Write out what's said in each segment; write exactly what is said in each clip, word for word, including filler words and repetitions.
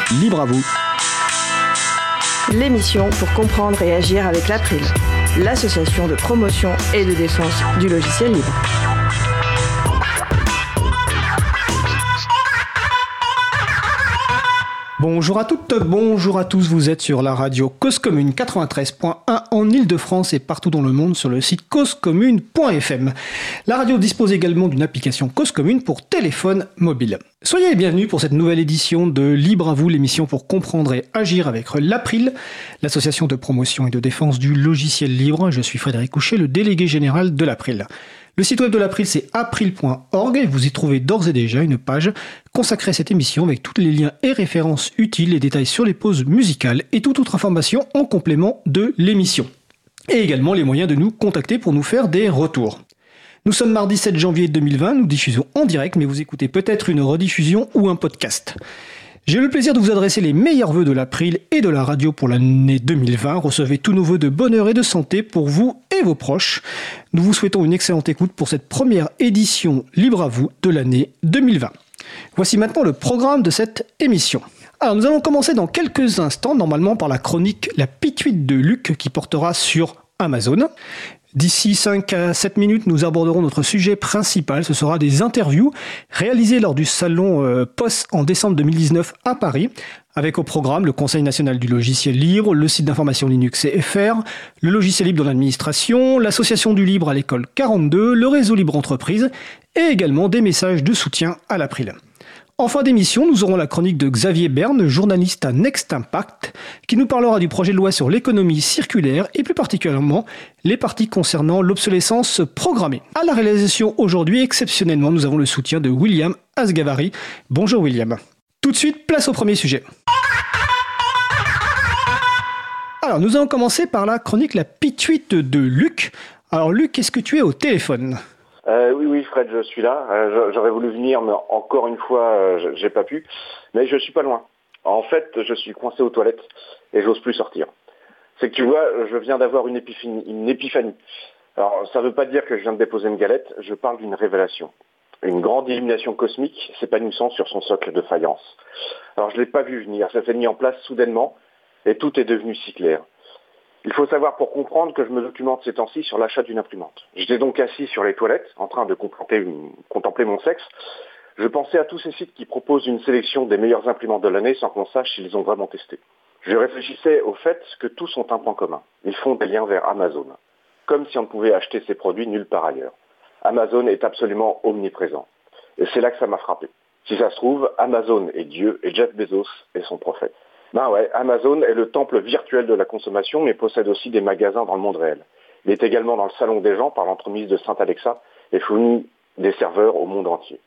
Libre à vous. L'émission pour comprendre et agir avec l'April, l'association de promotion et de défense du logiciel libre. Bonjour à toutes, bonjour à tous, vous êtes sur la radio Cause Commune quatre-vingt-treize point un en Ile-de-France et partout dans le monde sur le site cause commune point f m. La radio dispose également d'une application Cause Commune pour téléphone mobile. Soyez les bienvenus pour cette nouvelle édition de Libre à vous, l'émission pour comprendre et agir avec l'April, l'association de promotion et de défense du logiciel libre. Je suis Frédéric Couchet, le délégué général de l'April. Le site web de l'April, c'est april point org et vous y trouvez d'ores et déjà une page consacrée à cette émission avec tous les liens et références utiles, les détails sur les pauses musicales et toute autre information en complément de l'émission. Et également les moyens de nous contacter pour nous faire des retours. Nous sommes mardi sept janvier deux mille vingt, nous diffusons en direct, mais vous écoutez peut-être une rediffusion ou un podcast. J'ai le plaisir de vous adresser les meilleurs vœux de l'April et de la radio pour l'année deux mille vingt. Recevez tous nos vœux de bonheur et de santé pour vous et vos proches. Nous vous souhaitons une excellente écoute pour cette première édition Libre à vous de l'année deux mille vingt. Voici maintenant le programme de cette émission. Alors nous allons commencer dans quelques instants, normalement par la chronique La Pituite de Luc qui portera sur Amazon. D'ici cinq à sept minutes, nous aborderons notre sujet principal. Ce sera des interviews réalisées lors du salon euh, P O S en décembre deux mille dix-neuf à Paris, avec au programme le Conseil national du logiciel libre, le site d'information Linux et F R, le logiciel libre dans l'administration, l'association du libre à l'école quarante-deux, le réseau libre entreprise et également des messages de soutien à l'April. En fin d'émission, nous aurons la chronique de Xavier Berne, journaliste à Next Impact, qui nous parlera du projet de loi sur l'économie circulaire et plus particulièrement les parties concernant l'obsolescence programmée. À la réalisation aujourd'hui, exceptionnellement, nous avons le soutien de William Asgavari. Bonjour William. Tout de suite, place au premier sujet. Alors, nous allons commencer par la chronique La Pituite de Luc. Alors Luc, est-ce que tu es au téléphone ? Euh, oui, oui, Fred, je suis là. Euh, j'aurais voulu venir, mais encore une fois, euh, j'ai pas pu. Mais je suis pas loin. En fait, je suis coincé aux toilettes et j'ose plus sortir. C'est que tu vois, je viens d'avoir une épiphanie, une épiphanie. Alors, ça veut pas dire que je viens de déposer une galette. Je parle d'une révélation. Une grande illumination cosmique s'épanouissant sur son socle de faïence. Alors, je l'ai pas vu venir. Ça s'est mis en place soudainement et tout est devenu si clair. Il faut savoir pour comprendre que je me documente ces temps-ci sur l'achat d'une imprimante. J'étais donc assis sur les toilettes, en train de contempler, contempler mon sexe. Je pensais à tous ces sites qui proposent une sélection des meilleures imprimantes de l'année sans qu'on sache s'ils ont vraiment testé. Je réfléchissais au fait que tous ont un point commun. Ils font des liens vers Amazon. Comme si on ne pouvait acheter ces produits nulle part ailleurs. Amazon est absolument omniprésent. Et c'est là que ça m'a frappé. Si ça se trouve, Amazon est Dieu et Jeff Bezos est son prophète. Ben ouais, Amazon est le temple virtuel de la consommation, mais possède aussi des magasins dans le monde réel. Il est également dans le salon des gens par l'entremise de Saint Alexa et fournit des serveurs au monde entier.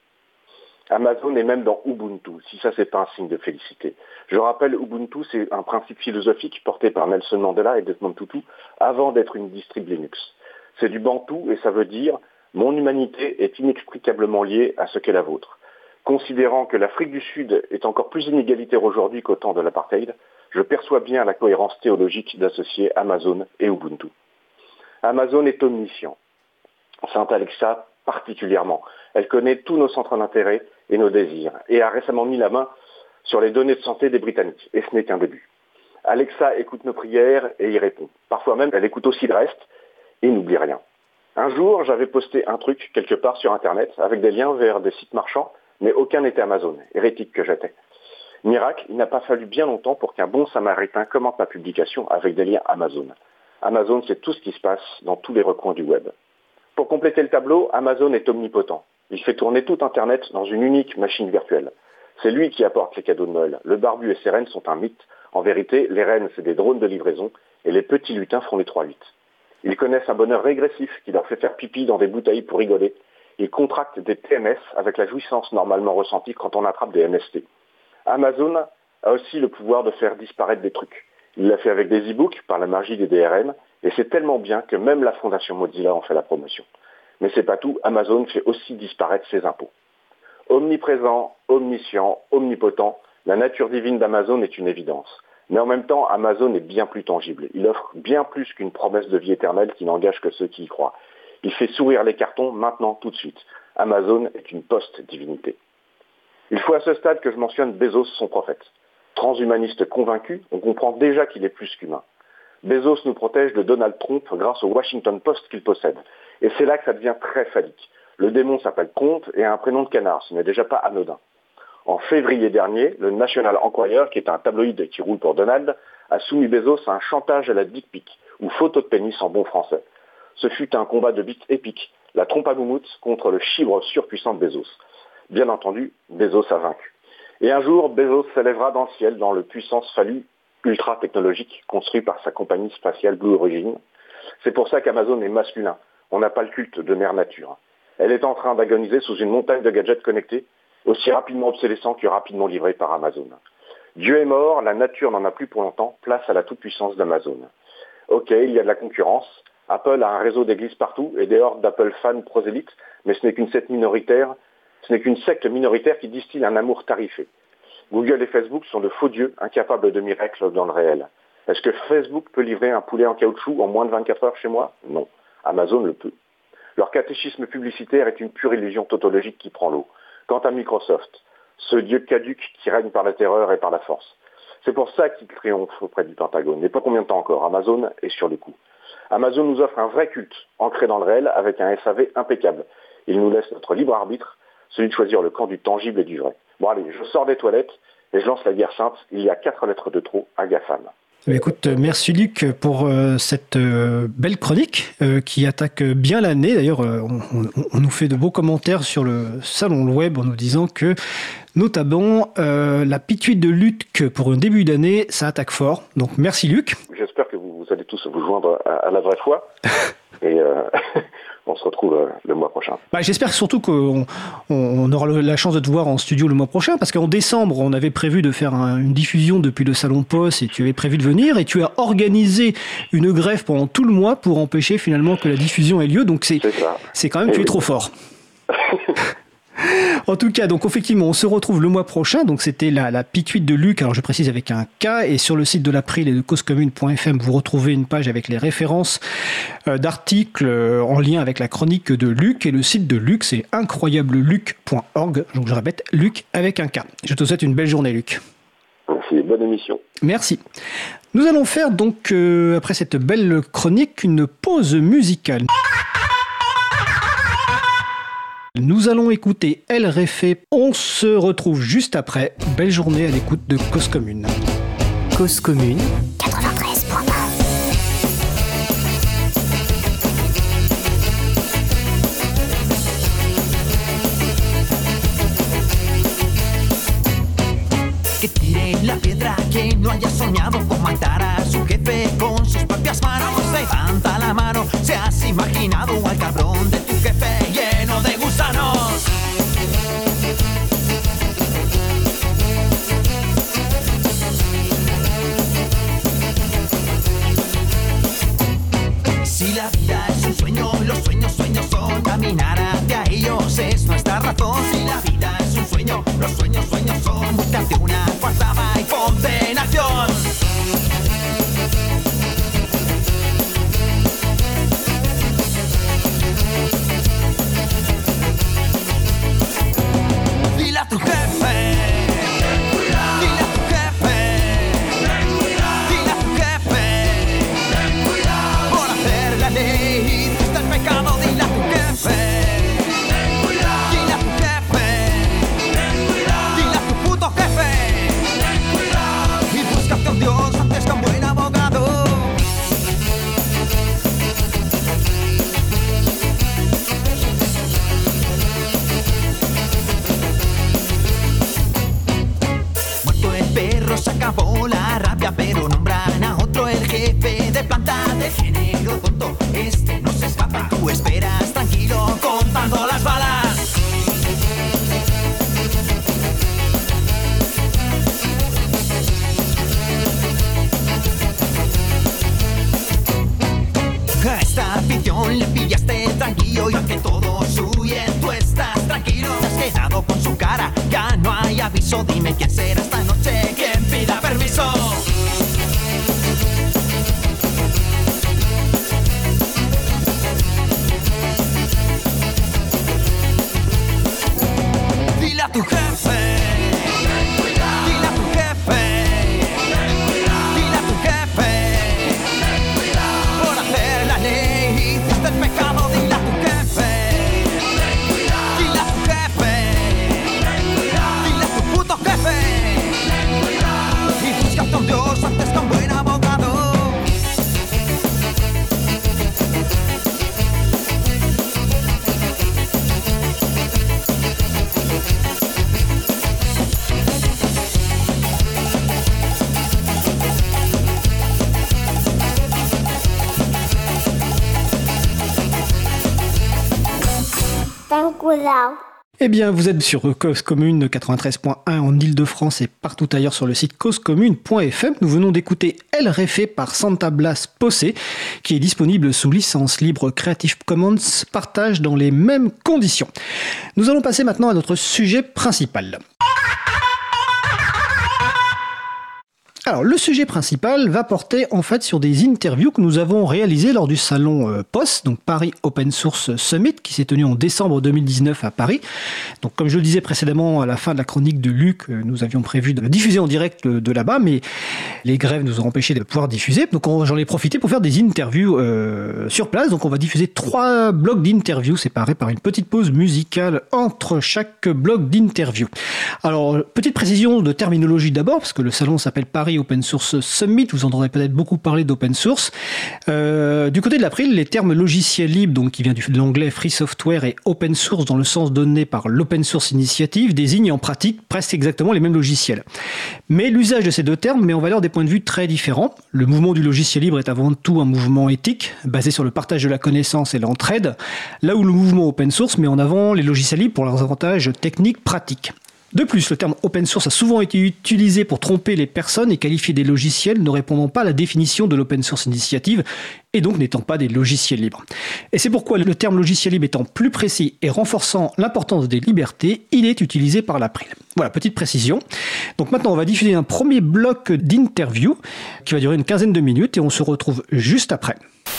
Amazon est même dans Ubuntu, si ça c'est pas un signe de félicité. Je rappelle, Ubuntu c'est un principe philosophique porté par Nelson Mandela et Desmond Tutu avant d'être une distrib Linux. C'est du bantou et ça veut dire « mon humanité est inextricablement liée à ce qu'est la vôtre ». Considérant que l'Afrique du Sud est encore plus inégalitaire aujourd'hui qu'au temps de l'apartheid, je perçois bien la cohérence théologique d'associer Amazon et Ubuntu. Amazon est omniscient. Saint Alexa particulièrement. Elle connaît tous nos centres d'intérêt et nos désirs et a récemment mis la main sur les données de santé des Britanniques. Et ce n'est qu'un début. Alexa écoute nos prières et y répond. Parfois même, elle écoute aussi le reste et n'oublie rien. Un jour, j'avais posté un truc quelque part sur Internet avec des liens vers des sites marchands, mais aucun n'était Amazon, hérétique que j'étais. Miracle, il n'a pas fallu bien longtemps pour qu'un bon samaritain commente ma publication avec des liens Amazon. Amazon, c'est tout ce qui se passe dans tous les recoins du web. Pour compléter le tableau, Amazon est omnipotent. Il fait tourner tout Internet dans une unique machine virtuelle. C'est lui qui apporte les cadeaux de Noël. Le barbu et ses rennes sont un mythe. En vérité, les rennes, c'est des drones de livraison et les petits lutins font les trois huit. Ils connaissent un bonheur régressif qui leur fait faire pipi dans des bouteilles pour rigoler. Ils contractent des T M S avec la jouissance normalement ressentie quand on attrape des M S T. Amazon a aussi le pouvoir de faire disparaître des trucs. Il l'a fait avec des e-books par la magie des D R M et c'est tellement bien que même la fondation Mozilla en fait la promotion. Mais c'est pas tout, Amazon fait aussi disparaître ses impôts. Omniprésent, omniscient, omnipotent, la nature divine d'Amazon est une évidence. Mais en même temps, Amazon est bien plus tangible. Il offre bien plus qu'une promesse de vie éternelle qui n'engage que ceux qui y croient. Il fait sourire les cartons maintenant, tout de suite. Amazon est une post-divinité. Il faut à ce stade que je mentionne Bezos, son prophète. Transhumaniste convaincu, on comprend déjà qu'il est plus qu'humain. Bezos nous protège de Donald Trump grâce au Washington Post qu'il possède. Et c'est là que ça devient très phallique. Le démon s'appelle Trump et a un prénom de canard, ce n'est déjà pas anodin. En février dernier, le National Enquirer, qui est un tabloïd qui roule pour Donald, a soumis Bezos à un chantage à la dick pic, ou photo de pénis en bon français. Ce fut un combat de bites épique, la trompe à moumoute contre le chibre surpuissant de Bezos. Bien entendu, Bezos a vaincu. Et un jour, Bezos s'élèvera dans le ciel dans le puissance phallu ultra technologique construit par sa compagnie spatiale Blue Origin. C'est pour ça qu'Amazon est masculin. On n'a pas le culte de mère nature. Elle est en train d'agoniser sous une montagne de gadgets connectés, aussi rapidement obsolescents que rapidement livrés par Amazon. Dieu est mort, la nature n'en a plus pour longtemps, place à la toute-puissance d'Amazon. Ok, il y a de la concurrence. Apple a un réseau d'églises partout et des hordes d'Apple fans prosélytes, mais ce n'est qu'une secte minoritaire, ce n'est qu'une secte minoritaire qui distille un amour tarifé. Google et Facebook sont de faux dieux, incapables de miracles dans le réel. Est-ce que Facebook peut livrer un poulet en caoutchouc en moins de vingt-quatre heures chez moi? Non. Amazon le peut. Leur catéchisme publicitaire est une pure illusion tautologique qui prend l'eau. Quant à Microsoft, ce dieu caduc qui règne par la terreur et par la force. C'est pour ça qu'il triomphe auprès du Pentagone. Mais pas combien de temps encore, Amazon est sur le coup. Amazon nous offre un vrai culte, ancré dans le réel, avec un S A V impeccable. Il nous laisse notre libre arbitre, celui de choisir le camp du tangible et du vrai. Bon allez, je sors des toilettes et je lance la guerre sainte. Il y a quatre lettres de trop à GAFAM. Écoute, merci Luc pour euh, cette euh, belle chronique euh, qui attaque bien l'année. D'ailleurs, euh, on, on, on nous fait de beaux commentaires sur le salon web en nous disant que, notamment, euh, la pituite de Luc pour un début d'année, ça attaque fort. Donc merci Luc. J'espère que vous, vous allez tous vous joindre à, à la vraie foi. Et euh, on se retrouve euh, le mois prochain. Bah, j'espère surtout qu'on on aura la chance de te voir en studio le mois prochain, parce qu'en décembre, on avait prévu de faire un, une diffusion depuis le Salon Post, et tu avais prévu de venir, et tu as organisé une grève pendant tout le mois pour empêcher finalement que la diffusion ait lieu. Donc c'est, c'est, c'est quand même, et tu oui. es trop fort. En tout cas, donc effectivement, on se retrouve le mois prochain. Donc c'était la, la pituite de Luc. Alors je précise avec un K. Et sur le site de l'April et de causecommune point f m, vous retrouvez une page avec les références euh, d'articles euh, en lien avec la chronique de Luc. Et le site de Luc, c'est incroyable luc point org. Donc je répète, Luc avec un K. Je te souhaite une belle journée, Luc. Merci, bonne émission. Merci. Nous allons faire donc, euh, après cette belle chronique, une pause musicale. Nous allons écouter El Réfé. On se retrouve juste après. Belle journée à l'écoute de Cause Commune. Cause Commune quatre-vingt-treize point un. Que tire la piedra que no haya soñado por matar a su jefe con sus propias manos. Levanta la mano, se has imaginado al cabrón de tu jefe lleno de gusanos. Si la vida es un sueño, los sueños, sueños son caminar hacia ellos, es nuestra razón. Si la vida es un sueño, los sueños, sueños son búscate una cuartava y ponte en acción. Dile a tu jefe, dile a tu jefe, dile a tu jefe, por hacer la ley está el pecado. Dile a tu jefe, dile a tu jefe, dile a tu puto jefe, y búscate a un Dios antes que un buen abogado. Se acabó la rabia, pero nombran a otro el jefe de planta de género tonto. Este no se escapa, tú esperas tranquilo contando las balas. A esta afición le pillaste tranquilo y aunque todos huyen, tú estás tranquilo. Te has quedado con su cara, ya no hay aviso. Dime quién será esta noche quien pida permiso. Dile a tu jefe, dile a tu jefe, Nicolas. Eh bien, vous êtes sur Cause Commune quatre-vingt-treize point un en Ile-de-France et partout ailleurs sur le site cause commune point f m. Nous venons d'écouter El Refe par Santa Blas Posse, qui est disponible sous licence libre Creative Commons, partage dans les mêmes conditions. Nous allons passer maintenant à notre sujet principal. Alors, le sujet principal va porter en fait sur des interviews que nous avons réalisées lors du salon euh, P O S, donc Paris Open Source Summit, qui s'est tenu en décembre deux mille dix-neuf à Paris. Donc, comme je le disais précédemment à la fin de la chronique de Luc, euh, nous avions prévu de diffuser en direct de, de là-bas, mais les grèves nous ont empêché de pouvoir diffuser. Donc, on, j'en ai profité pour faire des interviews euh, sur place. Donc, on va diffuser trois blocs d'interviews séparés par une petite pause musicale entre chaque bloc d'interviews. Alors, petite précision de terminologie d'abord, parce que le salon s'appelle Paris Open Source Summit, vous entendrez peut-être beaucoup parler d'open source. Euh, du côté de l'April, les termes logiciel libre, donc qui vient du, de l'anglais free software, et open source dans le sens donné par l'Open Source Initiative, désignent en pratique presque exactement les mêmes logiciels. Mais l'usage de ces deux termes met en valeur des points de vue très différents. Le mouvement du logiciel libre est avant tout un mouvement éthique, basé sur le partage de la connaissance et l'entraide, là où le mouvement open source met en avant les logiciels libres pour leurs avantages techniques pratiques. De plus, le terme open source a souvent été utilisé pour tromper les personnes et qualifier des logiciels ne répondant pas à la définition de l'Open Source Initiative et donc n'étant pas des logiciels libres. Et c'est pourquoi le terme logiciel libre étant plus précis et renforçant l'importance des libertés, il est utilisé par l'April. Voilà, petite précision. Donc maintenant, on va diffuser un premier bloc d'interview qui va durer une quinzaine de minutes et on se retrouve juste après.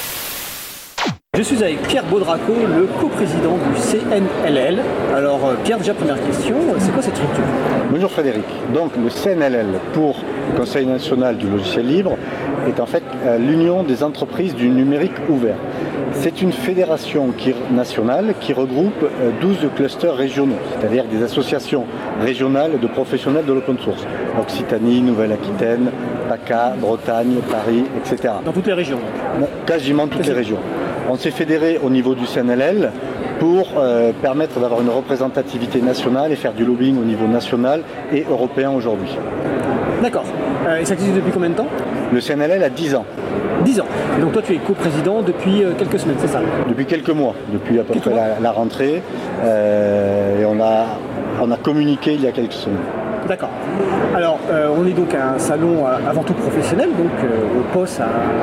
Je suis avec Pierre Baudraco, le coprésident du C N L L. Alors Pierre, déjà première question, c'est quoi cette structure ? Bonjour Frédéric. Donc le C N L L, pour Conseil national du logiciel libre, est en fait l'union des entreprises du numérique ouvert. C'est une fédération qui, nationale qui regroupe douze clusters régionaux, c'est-à-dire des associations régionales de professionnels de l'open source. Occitanie, Nouvelle-Aquitaine, PACA, Bretagne, Paris, et cetera. Dans toutes les régions ? Bon, quasiment toutes les régions. On s'est fédéré au niveau du C N L L pour euh, permettre d'avoir une représentativité nationale et faire du lobbying au niveau national et européen aujourd'hui. D'accord. Euh, et ça existe depuis combien de temps ? Le C N L L a dix ans. dix ans. Et donc toi tu es coprésident depuis euh, quelques semaines, c'est ça ? Depuis quelques mois, depuis à peu quelques près la, la rentrée. Euh, et on a, on a communiqué il y a quelques semaines. D'accord. Alors, euh, on est donc à un salon euh, avant tout professionnel, donc euh, au P O S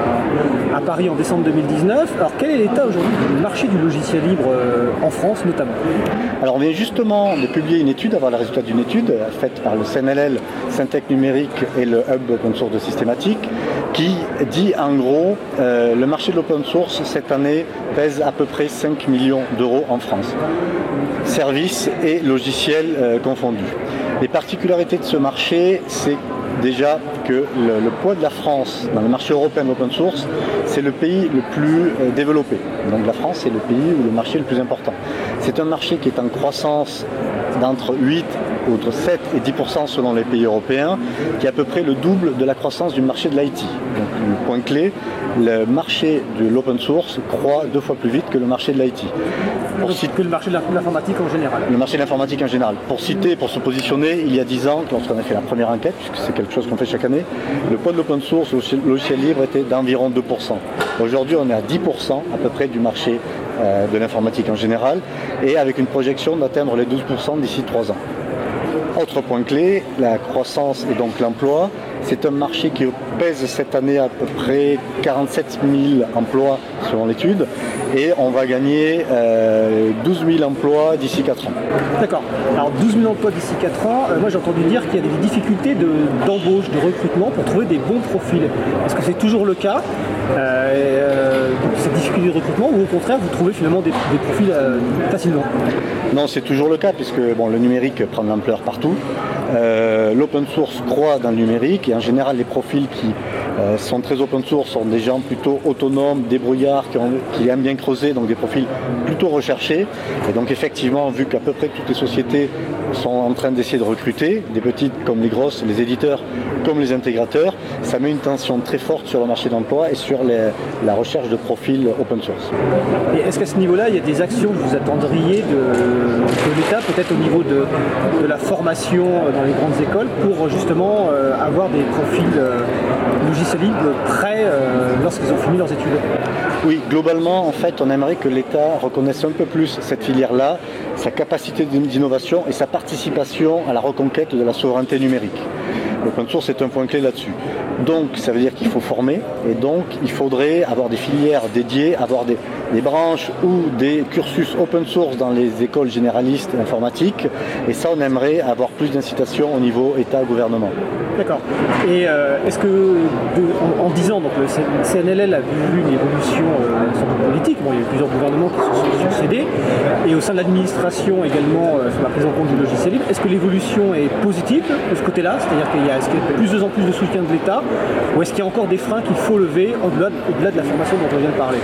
à, à Paris en décembre deux mille dix-neuf. Alors, quel est l'état aujourd'hui du marché du logiciel libre euh, en France notamment ? Alors, on vient justement de publier une étude, avoir le résultat d'une étude faite par le C N L L, Syntec Numérique et le Hub Open Source de Systématique, qui dit en gros euh, le marché de l'open source cette année pèse à peu près cinq millions d'euros en France. Services et logiciels euh, confondus. Les particularités de ce marché, c'est déjà que le, le poids de la France dans le marché européen de l'open source, c'est le pays le plus euh, développé. Donc la France, c'est le pays où le marché est le plus important. C'est un marché qui est en croissance d'entre huit, entre sept et dix pour cent selon les pays européens, qui est à peu près le double de la croissance du marché de l'I T. Donc le point clé, le marché de l'open source croît deux fois plus vite que le marché de l'I T. Pour citer, que le marché de l'informatique en général. Le marché de l'informatique en général. Pour citer, pour se positionner, il y a dix ans, lorsqu'on a fait la première enquête, puisque c'est quelque chose qu'on fait chaque année, le poids de l'open source, le logiciel libre était d'environ deux pour cent. Aujourd'hui, on est à dix pour cent à peu près du marché euh, de l'informatique en général, et avec une projection d'atteindre les douze pour cent d'ici trois ans. Autre point clé, la croissance et donc l'emploi. C'est un marché qui pèse cette année à peu près quarante-sept mille emplois selon l'étude et on va gagner euh, douze mille emplois d'ici quatre ans. D'accord. Alors douze mille emplois d'ici quatre ans, euh, moi j'ai entendu dire qu'il y avait des difficultés de, d'embauche, de recrutement pour trouver des bons profils. Est-ce que c'est toujours le cas euh, euh, donc cette difficulté de recrutement ou au contraire vous trouvez finalement des, des profils euh, facilement ? Non, c'est toujours le cas puisque bon, le numérique prend de l'ampleur partout. Euh, l'open source croît dans le numérique et en général les profils qui euh, sont très open source sont des gens plutôt autonomes, débrouillards, qui, ont, qui aiment bien creuser, donc des profils plutôt recherchés. Et donc effectivement, vu qu'à peu près toutes les sociétés sont en train d'essayer de recruter, des petites comme les grosses, les éditeurs comme les intégrateurs, ça met une tension très forte sur le marché d'emploi et sur les, la recherche de profils open source. Et est-ce qu'à ce niveau-là, il y a des actions que vous attendriez de, de l'État, peut-être au niveau de, de la formation dans les grandes écoles, pour justement euh, avoir des profils euh, logiciels logiciel libre prêts euh, lorsqu'ils ont fini leurs études? Oui, globalement, en fait, on aimerait que l'État reconnaisse un peu plus cette filière-là, sa capacité d'innovation et sa participation à la reconquête de la souveraineté numérique. L'open source est un point clé là-dessus. Donc, ça veut dire qu'il faut former, et donc il faudrait avoir des filières dédiées, avoir des, des branches ou des cursus open source dans les écoles généralistes informatiques, et ça, on aimerait avoir plus d'incitation au niveau État-gouvernement. D'accord. Et euh, est-ce que, de, en, en dix ans, donc le C N L L a vu une évolution euh, politique, bon, il y a eu plusieurs gouvernements qui se sont succédés, et au sein de l'administration également, euh, sur la prise en compte du logiciel libre, est-ce que l'évolution est positive de ce côté-là? C'est-à-dire qu'il y a, est-ce qu'il y a de plus en plus de soutien de l'État, ou est-ce qu'il y a encore des freins qu'il faut lever au-delà, au-delà de la formation dont on vient de parler?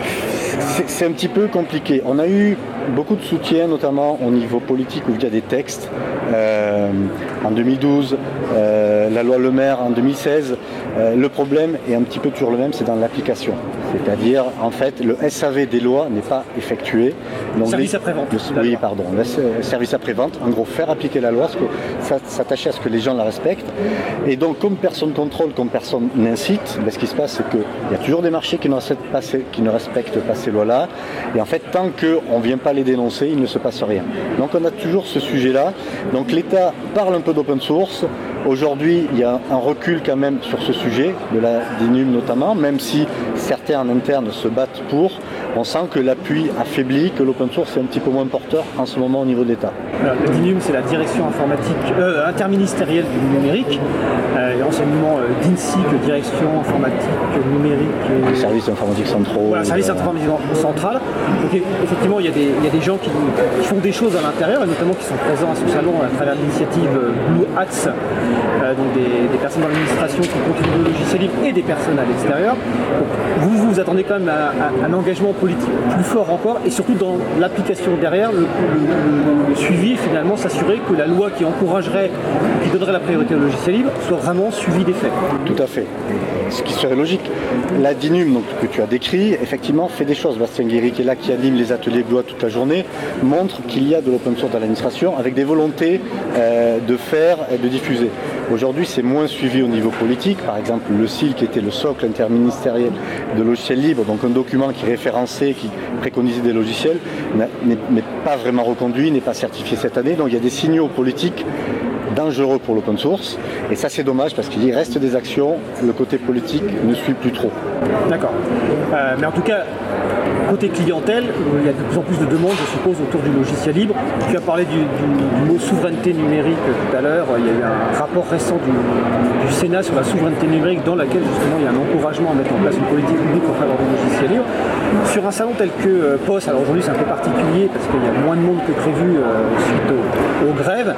C'est, c'est un petit peu compliqué. On a eu beaucoup de soutien, notamment au niveau politique ou via des textes. Euh, en deux mille douze, euh, la loi Le Maire en deux mille seize. Euh, le problème est un petit peu toujours le même, c'est dans l'application. C'est-à-dire, en fait, le S A V des lois n'est pas effectué. Donc service les, après-vente. Le, oui, pardon. Le service après-vente, en gros, faire appliquer la loi, s'attacher à ce que les gens la respectent. Et donc, comme personne contrôle, comme personne n'incite, ben, ce qui se passe, c'est qu'il y a toujours des marchés qui ne respectent pas ces, qui ne respectent pas ces lois-là. Et en fait, tant qu'on ne vient pas les dénoncer, il ne se passe rien. Donc, on a toujours ce sujet-là. Donc, l'État parle un peu d'open source. Aujourd'hui, il y a un recul quand même sur ce sujet, de la D I N U M notamment, même si certains en interne se battent pour. On sent que l'appui affaiblit, que l'open source est un petit peu moins porteur en ce moment au niveau de l'État. Alors, la D I N U M, c'est la direction informatique euh, interministérielle du numérique, euh, et enseignement euh, d'I N S I C, direction informatique numérique. Et... Les services informatiques centraux. Voilà, service informatique central. Donc effectivement, il y a des, il y a des gens qui, qui font des choses à l'intérieur, et notamment qui sont présents à ce salon à travers l'initiative Blue Hats, euh, donc des, des personnes dans l'administration qui contribuent au logiciel libre et des personnes à l'extérieur. Donc, vous vous attendez quand même à, à un engagement politique plus fort encore, et surtout dans l'application derrière, le, le, le, le suivi, et finalement s'assurer que la loi qui encouragerait, qui donnerait la priorité au logiciel libre, soit vraiment suivie des faits. Tout à fait. Ce qui serait logique. La D I N U M, donc, que tu as décrit, effectivement, fait des choses. Bastien Guéry, qui est là, qui anime les ateliers Blois toute la journée, montre qu'il y a de l'open source dans l'administration, avec des volontés euh, de faire et de diffuser. Aujourd'hui, c'est moins suivi au niveau politique. Par exemple, le S I L, qui était le socle interministériel de logiciels libres, donc un document qui référençait, qui préconisait des logiciels, n'est, n'est pas vraiment reconduit, n'est pas certifié cette année. Donc il y a des signaux politiques dangereux pour l'open source, et ça c'est dommage parce qu'il y reste des actions, le côté politique ne suit plus trop. D'accord. Euh, mais en tout cas, côté clientèle, il y a de plus en plus de demandes, je suppose, autour du logiciel libre. Tu as parlé du, du, du mot souveraineté numérique tout à l'heure. Il y a eu un rapport récent du, du Sénat sur la souveraineté numérique, dans laquelle justement il y a un encouragement à mettre en place une politique publique en faveur du logiciel libre. Sur un salon tel que euh, P O S, alors aujourd'hui c'est un peu particulier parce qu'il y a moins de monde que prévu euh, suite aux, aux grèves.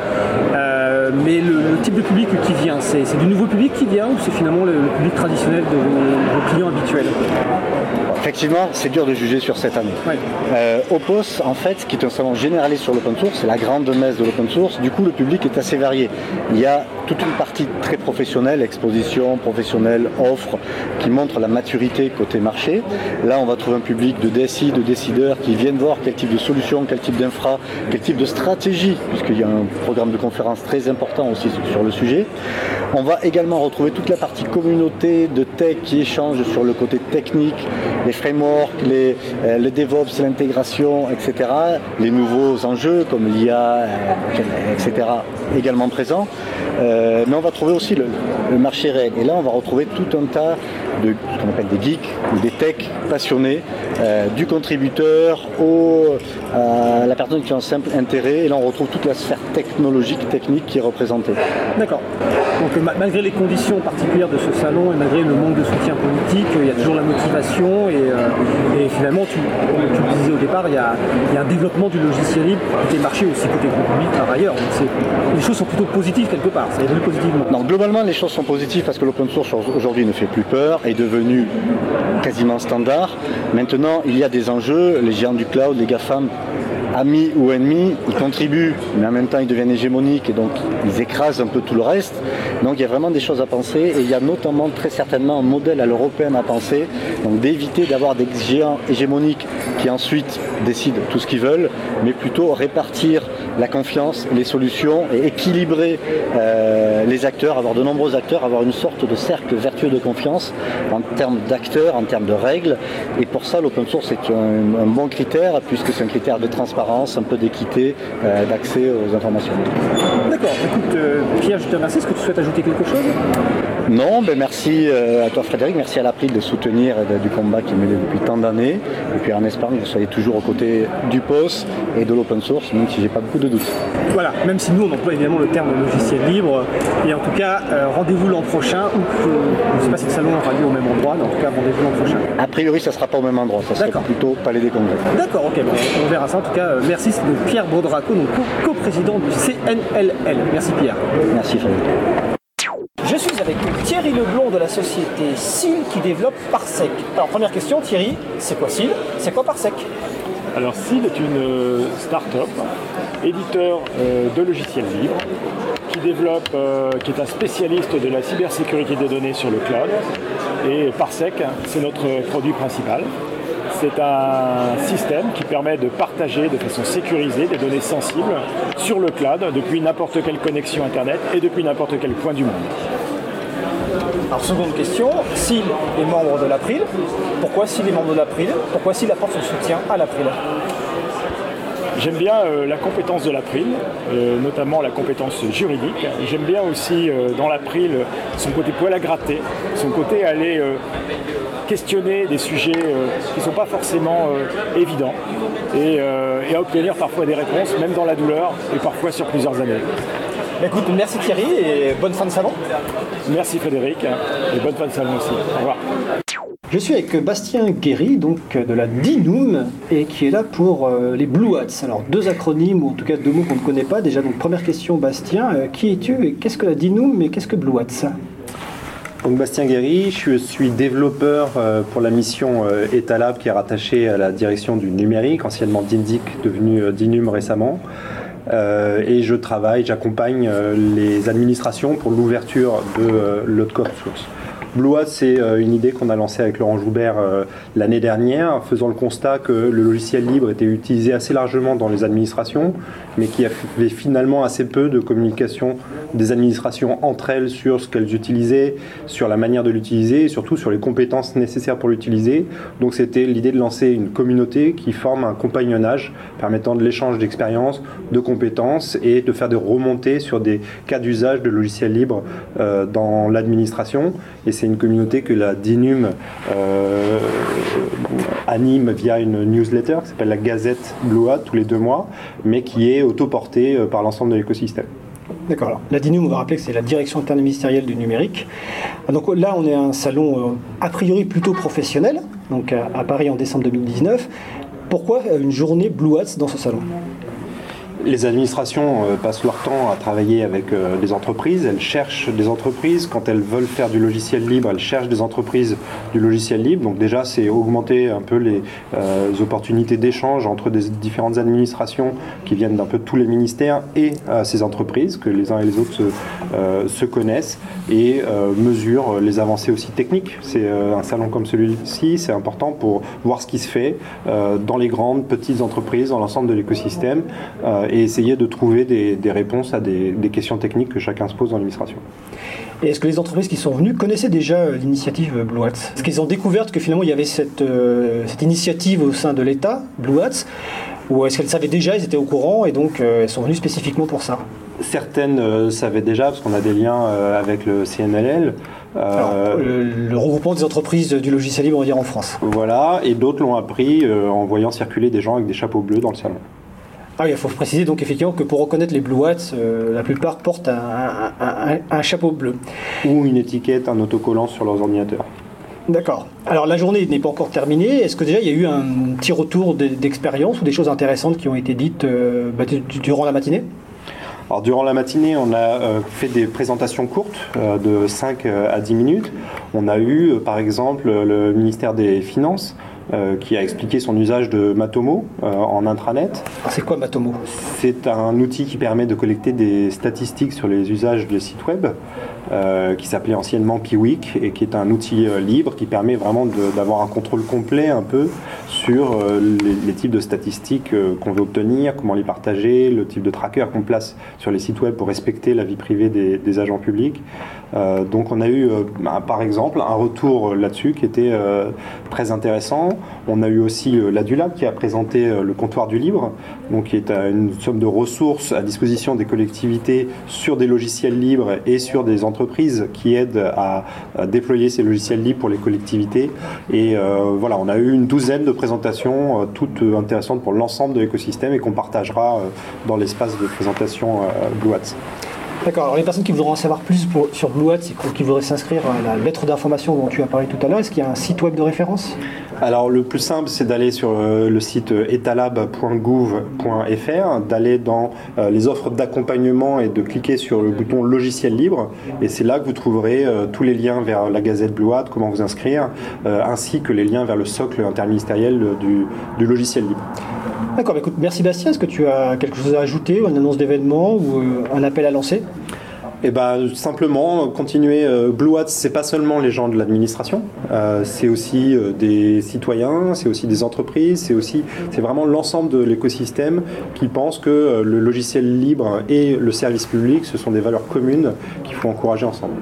Euh, mais le, le type de public qui vient, c'est, c'est du nouveau public qui vient, ou c'est finalement le, le public traditionnel de vos, vos clients habituels? Effectivement, c'est dur de juger sur cette année. Ouais. Euh, au P O S, en fait, qui est un salon généraliste sur l'open source, c'est la grande messe de l'open source, du coup le public est assez varié. Il y a toute une partie très professionnelle, exposition, professionnelle, offre, qui montre la maturité côté marché. Là, on va trouver un public de D S I, de décideurs qui viennent voir quel type de solution, quel type d'infra, quel type de stratégie, puisqu'il y a un programme de conférence très important aussi sur le sujet. On va également retrouver toute la partie communauté de tech qui échange sur le côté technique, les frameworks, les, euh, les DevOps, l'intégration, et cetera. Les nouveaux enjeux comme l'I A, euh, et cetera également présents. Euh, mais on va trouver aussi le, le marché réel. Et là, on va retrouver tout un tas de ce qu'on appelle des geeks ou des techs passionnés, euh, du contributeur au, à la personne qui a un simple intérêt. Et là, on retrouve toute la sphère technologique, technique qui est représentée. D'accord. Donc ma- malgré les conditions particulières de ce salon et malgré le manque de soutien politique, il y a toujours la motivation et, euh, et finalement, tu, comme tu le disais au départ, il y, a, il y a un développement du logiciel libre côté marché aussi côté groupe public par ailleurs. Donc c'est, les choses sont plutôt positives quelque part, ça évolue positivement. Non, globalement, les choses sont positives parce que l'open source aujourd'hui ne fait plus peur, est devenu quasiment standard. Maintenant, il y a des enjeux, les géants du cloud, les GAFAM, amis ou ennemis, ils contribuent, mais en même temps ils deviennent hégémoniques et donc ils écrasent un peu tout le reste. Donc il y a vraiment des choses à penser et il y a notamment très certainement un modèle à l'européenne à penser, donc d'éviter d'avoir des géants hégémoniques qui ensuite décident tout ce qu'ils veulent, mais plutôt répartir la confiance, les solutions et équilibrer euh, les acteurs, avoir de nombreux acteurs, avoir une sorte de cercle vertueux de confiance en termes d'acteurs, en termes de règles. Et pour ça, l'open source est un, un bon critère, puisque c'est un critère de transparence, un peu d'équité, euh, d'accès aux informations. D'accord. Écoute, euh, Pierre, je te remercie. Est-ce que tu souhaites ajouter quelque chose ? Non, ben merci euh, à toi Frédéric, merci à l'April de soutenir euh, du combat qui est mené depuis tant d'années. Et puis en espérant que vous soyez toujours aux côtés du P O S et de l'open source, même si j'ai pas beaucoup de doutes. Voilà, même si nous on emploie évidemment le terme logiciel libre. Et en tout cas, euh, rendez-vous l'an prochain, ou que, je ne sais pas si le salon aura lieu au même endroit, mais en tout cas rendez-vous l'an prochain. A priori, ça ne sera pas au même endroit, ça sera plutôt Palais des Congrès. D'accord, ok, bon, on verra ça. En tout cas, euh, merci, c'est donc Pierre Baudraco, donc co- co-président du C N L L. Merci Pierre. Merci Frédéric. Je suis avec Thierry Leblond de la société S I L qui développe Parsec. Alors première question Thierry, c'est quoi S I L ? C'est quoi Parsec ? Alors S I L est une euh, start-up, éditeur euh, de logiciels libres, qui développe, euh, qui est un spécialiste de la cybersécurité des données sur le cloud. Et Parsec, c'est notre produit principal. C'est un système qui permet de partager de façon sécurisée des données sensibles sur le cloud depuis n'importe quelle connexion Internet et depuis n'importe quel point du monde. Alors seconde question, S I L est membre de l'April. Pourquoi S I L est membre de l'April ? Pourquoi S I L apporte son soutien à l'April ? J'aime bien euh, la compétence de l'April, euh, notamment la compétence juridique. J'aime bien aussi euh, dans l'April son côté poil à gratter, son côté aller euh, questionner des sujets euh, qui ne sont pas forcément euh, évidents et, euh, et à obtenir parfois des réponses, même dans la douleur et parfois sur plusieurs années. Écoute, merci Thierry et bonne fin de salon. Merci Frédéric et bonne fin de salon aussi. Au revoir. Je suis avec Bastien Guéry, donc de la DINUM, et qui est là pour euh, les Blue Hats. Alors deux acronymes, ou en tout cas deux mots qu'on ne connaît pas. Déjà, donc première question Bastien, euh, qui es-tu et qu'est-ce que la DINUM et qu'est-ce que Blue Hats ? Donc Bastien Guéry, je suis développeur euh, pour la mission euh, Etalab qui est rattachée à la direction du numérique, anciennement DINDIC, devenu euh, DINUM récemment. Euh, et je travaille, j'accompagne euh, les administrations pour l'ouverture de euh, l'autre code source. Blue Hats, c'est euh, une idée qu'on a lancée avec Laurent Joubert euh, l'année dernière, faisant le constat que le logiciel libre était utilisé assez largement dans les administrations, mais qu'il y avait finalement assez peu de communication des administrations entre elles sur ce qu'elles utilisaient, sur la manière de l'utiliser et surtout sur les compétences nécessaires pour l'utiliser. Donc c'était l'idée de lancer une communauté qui forme un compagnonnage permettant de l'échange d'expériences, de compétences et de faire des remontées sur des cas d'usage de logiciels libres euh, dans l'administration. Et c'est une communauté que la DINUM euh, anime via une newsletter qui s'appelle la Gazette Blue Hat tous les deux mois, mais qui est autoportée par l'ensemble de l'écosystème. D'accord. Alors, la DINUM, on va rappeler que c'est la direction interministérielle du numérique. Donc là, on est à un salon euh, a priori plutôt professionnel, donc à, à Paris en décembre deux mille dix-neuf. Pourquoi une journée Blue Hats dans ce salon ? Les administrations euh, passent leur temps à travailler avec euh, des entreprises, elles cherchent des entreprises, quand elles veulent faire du logiciel libre, elles cherchent des entreprises du logiciel libre, donc déjà c'est augmenter un peu les euh, opportunités d'échange entre des différentes administrations qui viennent d'un peu de tous les ministères et euh, ces entreprises, que les uns et les autres se, euh, se connaissent et euh, mesurent les avancées aussi techniques. C'est euh, un salon comme celui-ci, c'est important pour voir ce qui se fait euh, dans les grandes, petites entreprises, dans l'ensemble de l'écosystème, euh, et essayer de trouver des, des réponses à des, des questions techniques que chacun se pose dans l'administration. Et est-ce que les entreprises qui sont venues connaissaient déjà l'initiative Blue Hats ? Est-ce qu'ils ont découvert que finalement il y avait cette, euh, cette initiative au sein de l'État, Blue Hats, ou est-ce qu'elles savaient déjà, ils étaient au courant et donc euh, elles sont venues spécifiquement pour ça ? Certaines euh, savaient déjà, parce qu'on a des liens euh, avec le C N L L. Euh, Alors, le, le regroupement des entreprises du logiciel libre, on va dire, en France. Voilà, et d'autres l'ont appris euh, en voyant circuler des gens avec des chapeaux bleus dans le salon. Ah oui, il faut préciser donc effectivement que pour reconnaître les Blue Hats, euh, la plupart portent un, un, un, un chapeau bleu. Ou une étiquette, un autocollant sur leurs ordinateurs. D'accord. Alors la journée n'est pas encore terminée. Est-ce que déjà il y a eu un petit retour d'expérience ou des choses intéressantes qui ont été dites euh, bah, durant la matinée ? Alors, durant la matinée, on a euh, fait des présentations courtes euh, de cinq à dix minutes. On a eu, euh, par exemple, le ministère des Finances euh, qui a expliqué son usage de Matomo euh, en intranet. Alors, c'est quoi Matomo ? C'est un outil qui permet de collecter des statistiques sur les usages des sites web, euh, qui s'appelait anciennement Piwik, et qui est un outil euh, libre qui permet vraiment de, d'avoir un contrôle complet un peu sur euh, les, les types de statistiques euh, qu'on veut obtenir, comment les partager, le type de tracker qu'on place sur les sites web pour respecter la vie privée des, des agents publics. Euh, donc on a eu euh, bah, par exemple un retour là-dessus qui était euh, très intéressant. On a eu aussi euh, l'Adulab qui a présenté euh, le comptoir du libre, donc qui est euh, une somme de ressources à disposition des collectivités sur des logiciels libres et sur des entreprises qui aident à, à déployer ces logiciels libres pour les collectivités. Et euh, voilà, on a eu une douzaine de présentations euh, toutes euh, intéressantes pour l'ensemble de l'écosystème et qu'on partagera euh, dans l'espace de présentation euh, BlueHats. D'accord, alors les personnes qui voudront en savoir plus pour, sur BlueHats et qui voudraient s'inscrire à la lettre d'information dont tu as parlé tout à l'heure, est-ce qu'il y a un site web de référence ? Alors le plus simple, c'est d'aller sur euh, le site etalab point gouv point f r, d'aller dans euh, les offres d'accompagnement et de cliquer sur le bouton logiciel libre, et c'est là que vous trouverez euh, tous les liens vers la Gazette BlueHat, comment vous inscrire, euh, ainsi que les liens vers le socle interministériel du, du logiciel libre. D'accord, bah écoute, merci Bastien. Est-ce que tu as quelque chose à ajouter, une annonce d'événement ou euh, un appel à lancer ? Eh ben, simplement, continuer. Euh, BlueHats, c'est pas seulement les gens de l'administration, euh, c'est aussi euh, des citoyens, c'est aussi des entreprises, c'est aussi, c'est vraiment l'ensemble de l'écosystème qui pense que euh, le logiciel libre et le service public, ce sont des valeurs communes qu'il faut encourager ensemble.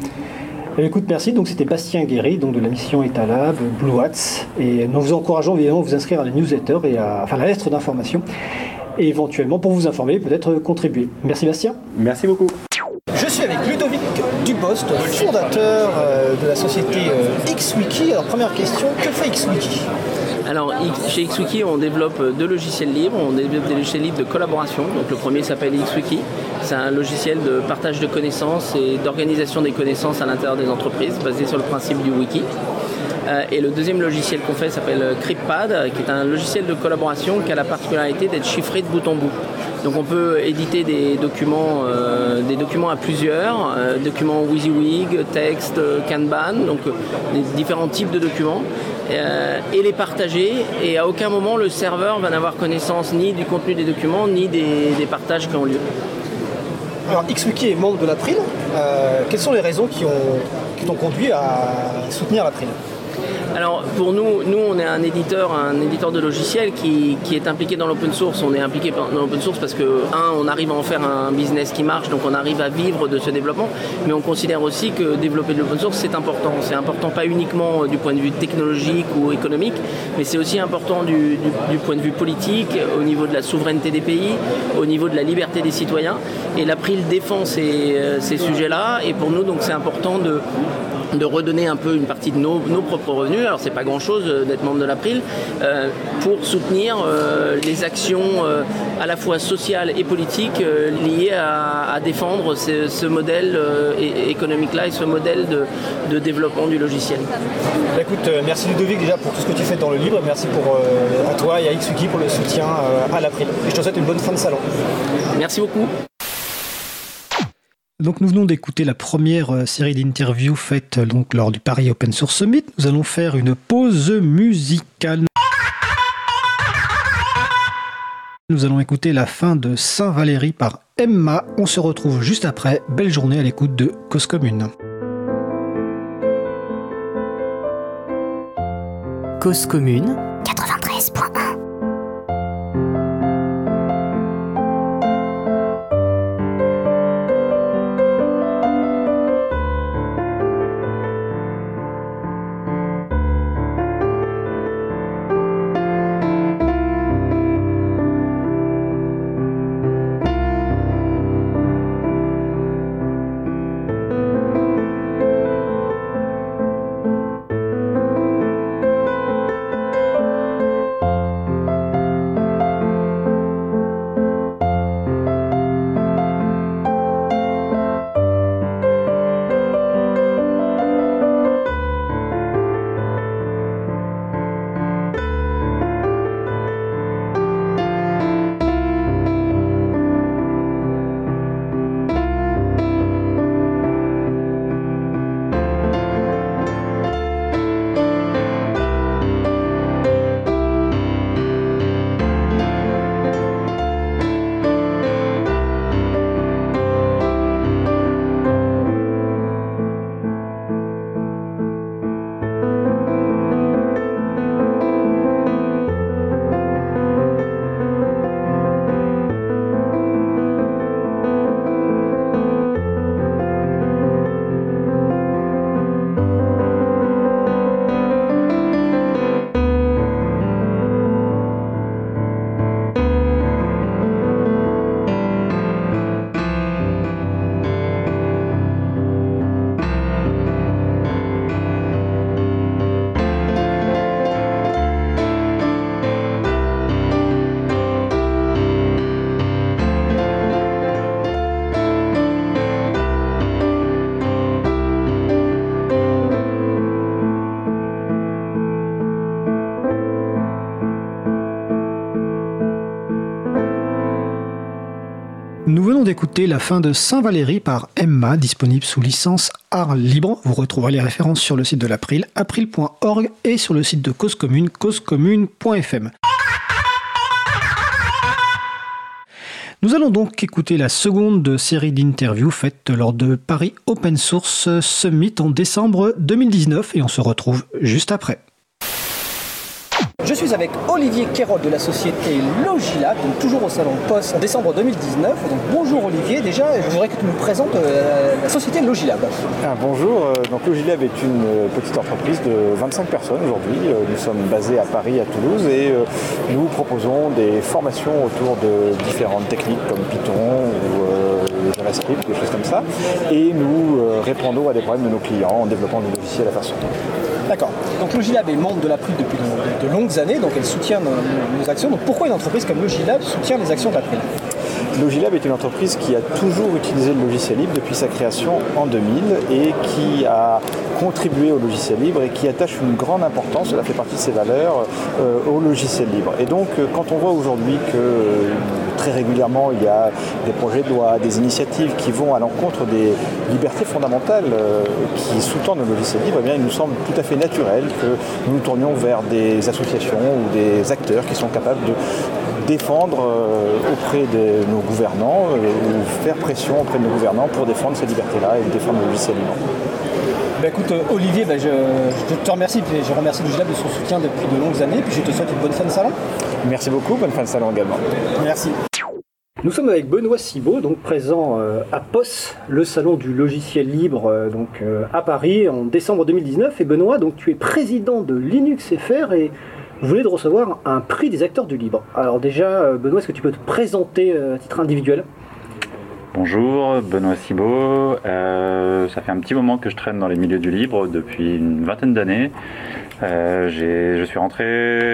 Eh, écoute, merci. Donc c'était Bastien Guéry, donc de la mission Etalab, BlueHats, et nous vous encourageons évidemment à vous inscrire à la newsletter et à, enfin, la lettre d'information, et éventuellement pour vous informer, peut-être contribuer. Merci Bastien. Merci beaucoup. Je suis avec Ludovic Dubost, fondateur de la société XWiki. Alors première question, que fait XWiki ? Alors chez XWiki, on développe deux logiciels libres, on développe des logiciels libres de collaboration. Donc le premier s'appelle XWiki, c'est un logiciel de partage de connaissances et d'organisation des connaissances à l'intérieur des entreprises, basé sur le principe du wiki. Et le deuxième logiciel qu'on fait s'appelle CryptPad, qui est un logiciel de collaboration qui a la particularité d'être chiffré de bout en bout. Donc on peut éditer des documents, euh, des documents à plusieurs, euh, documents WYSIWYG, texte, Kanban, donc euh, des différents types de documents, euh, et les partager. Et à aucun moment le serveur va n'avoir connaissance ni du contenu des documents, ni des, des partages qui ont lieu. Alors XWiki est membre de l'April. Euh, quelles sont les raisons qui, ont, qui t'ont conduit à soutenir l'April ? Alors pour nous, nous on est un éditeur, un éditeur de logiciels qui, qui est impliqué dans l'open source. On est impliqué dans l'open source parce que, un, on arrive à en faire un business qui marche, donc on arrive à vivre de ce développement, mais on considère aussi que développer de l'open source c'est important. C'est important pas uniquement du point de vue technologique ou économique, mais c'est aussi important du, du, du point de vue politique, au niveau de la souveraineté des pays, au niveau de la liberté des citoyens. Et l'April défend ces, ces sujets-là, et pour nous donc c'est important de de redonner un peu une partie de nos, nos propres revenus, alors c'est pas grand chose d'être membre de l'April, euh, pour soutenir euh, les actions euh, à la fois sociales et politiques euh, liées à, à défendre ce, ce modèle euh, économique-là et ce modèle de, de développement du logiciel. Bah écoute, euh, merci Ludovic déjà pour tout ce que tu fais dans le livre, merci pour, euh, à toi et à XWiki pour le soutien euh, à l'April. Et je te souhaite une bonne fin de salon. Merci beaucoup. Donc nous venons d'écouter la première série d'interviews faites donc lors du Paris Open Source Summit. Nous allons faire une pause musicale. Nous allons écouter la fin de Saint-Valéry par Emma. On se retrouve juste après. Belle journée à l'écoute de Cause Commune. Cause Commune quatre-vingt-treize point un. d'écouter la fin de Saint-Valéry par Emma, disponible sous licence Art Libre. Vous retrouverez les références sur le site de l'April, april point org, et sur le site de Cause Commune, cause commune point f m. Nous allons donc écouter la seconde série d'interviews faites lors de Paris Open Source Summit en décembre deux mille dix-neuf, et on se retrouve juste après. Je suis avec Olivier Quérol de la société Logilab, donc toujours au salon P O S en décembre deux mille dix-neuf. Donc bonjour Olivier, déjà je voudrais que tu nous présentes euh, la société Logilab. Ah, bonjour, euh, donc Logilab est une euh, petite entreprise de vingt-cinq personnes aujourd'hui. Euh, nous sommes basés à Paris, à Toulouse, et euh, nous proposons des formations autour de différentes techniques comme Python ou euh, JavaScript, des choses comme ça. Et nous euh, répondons à des problèmes de nos clients en développant des logiciels à façon. D'accord. Donc Logilab est membre de l'April depuis de, de longues années, donc elle soutient nos, nos actions. Donc pourquoi une entreprise comme Logilab soutient les actions de l'April ? Logilab est une entreprise qui a toujours utilisé le logiciel libre depuis sa création en deux mille et qui a contribué au logiciel libre et qui attache une grande importance, cela fait partie de ses valeurs, euh, au logiciel libre. Et donc euh, quand on voit aujourd'hui que euh, très régulièrement il y a des projets de loi, des initiatives qui vont à l'encontre des libertés fondamentales euh, qui sous-tendent le logiciel libre, eh bien, il nous semble tout à fait naturel que nous nous tournions vers des associations ou des acteurs qui sont capables de défendre euh, auprès de nos gouvernants euh, ou faire pression auprès de nos gouvernants pour défendre ces libertés-là et défendre le logiciel libre. Bah écoute euh, Olivier, bah je, je te remercie, et je remercie Logilab de son soutien depuis de longues années, puis je te souhaite une bonne fin de salon. Merci beaucoup, bonne fin de salon également. Merci. Nous sommes avec Benoît Cibot, donc présent euh, à P O S, le salon du logiciel libre euh, donc, euh, à Paris en décembre deux mille dix-neuf. Et Benoît, donc, tu es président de Linux F R et vous venez de recevoir un prix des acteurs du libre. Alors déjà, euh, Benoît, est-ce que tu peux te présenter euh, à titre individuel ? Bonjour, Benoît Cibot. Euh, ça fait un petit moment que je traîne dans les milieux du libre, depuis une vingtaine d'années. Euh, j'ai, je suis rentré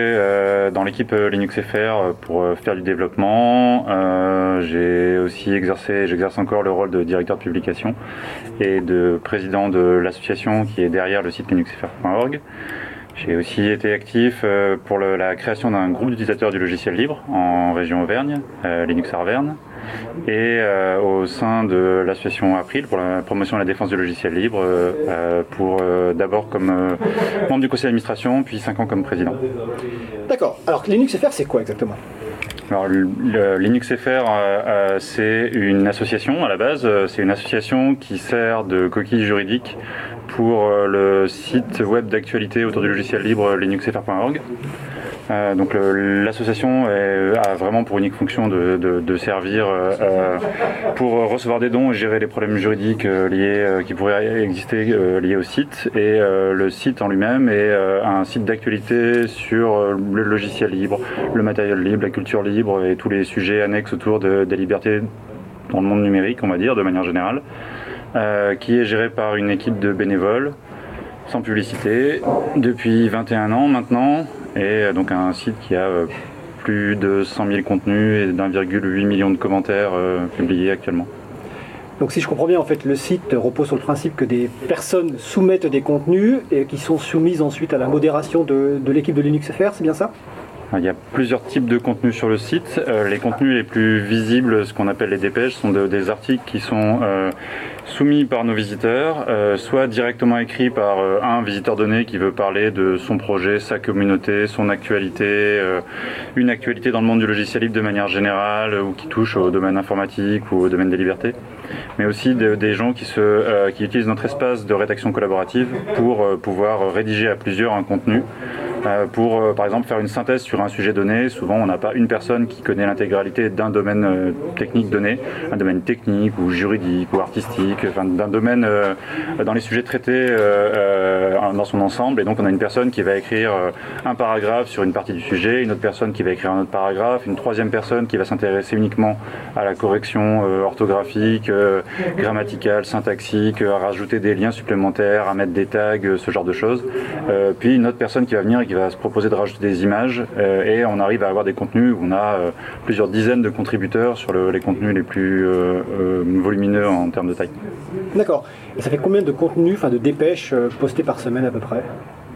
euh, dans l'équipe Linux F R pour faire du développement. Euh, j'ai aussi exercé, j'exerce encore le rôle de directeur de publication et de président de l'association qui est derrière le site linux f r point org. J'ai aussi été actif pour le, la création d'un groupe d'utilisateurs du logiciel libre en région Auvergne, euh, Linux Arverne, et euh, au sein de l'association April pour la promotion et la défense du logiciel libre, euh, pour euh, d'abord comme euh, membre du conseil d'administration, puis cinq ans comme président. D'accord. Alors Linux F R, c'est quoi exactement ? Alors, le, le Linux F R, euh, euh, c'est une association à la base. C'est une association qui sert de coquille juridique pour euh, le site web d'actualité autour du logiciel libre linux f r point org. Euh, donc le, l'association est, a vraiment pour unique fonction de, de, de servir euh, pour recevoir des dons et gérer les problèmes juridiques euh, liés, euh, qui pourraient exister euh, liés au site. Et euh, le site en lui-même est euh, un site d'actualité sur euh, le logiciel libre, le matériel libre, la culture libre et tous les sujets annexes autour de, des libertés dans le monde numérique, on va dire, de manière générale, euh, qui est géré par une équipe de bénévoles sans publicité depuis vingt et un ans maintenant. Et donc un site qui a plus de cent mille contenus et d'un virgule huit million de commentaires euh, publiés actuellement. Donc si je comprends bien, en fait, le site repose sur le principe que des personnes soumettent des contenus et qui sont soumises ensuite à la modération de, de l'équipe de Linux F R, c'est bien ça ? Il y a plusieurs types de contenus sur le site. Euh, les contenus les plus visibles, ce qu'on appelle les dépêches, sont de, des articles qui sont euh, soumis par nos visiteurs, euh, soit directement écrits par euh, un visiteur donné qui veut parler de son projet, sa communauté, son actualité, euh, une actualité dans le monde du logiciel libre de manière générale ou qui touche au domaine informatique ou au domaine des libertés, mais aussi de, des gens qui, se, euh, qui utilisent notre espace de rédaction collaborative pour euh, pouvoir rédiger à plusieurs un contenu. Euh, pour euh, par exemple faire une synthèse sur un sujet donné. Souvent on n'a pas une personne qui connaît l'intégralité d'un domaine euh, technique donné, un domaine technique ou juridique ou artistique, enfin d'un domaine euh, dans les sujets traités euh, euh, dans son ensemble, et donc on a une personne qui va écrire euh, un paragraphe sur une partie du sujet, une autre personne qui va écrire un autre paragraphe, une troisième personne qui va s'intéresser uniquement à la correction euh, orthographique, euh, grammaticale, syntaxique, à rajouter des liens supplémentaires, à mettre des tags, ce genre de choses, euh, puis une autre personne qui va venir qui va se proposer de rajouter des images, euh, et on arrive à avoir des contenus où on a euh, plusieurs dizaines de contributeurs sur le, les contenus les plus euh, euh, volumineux en termes de taille. D'accord. Et ça fait combien de contenus, enfin de dépêches euh, postées par semaine à peu près ?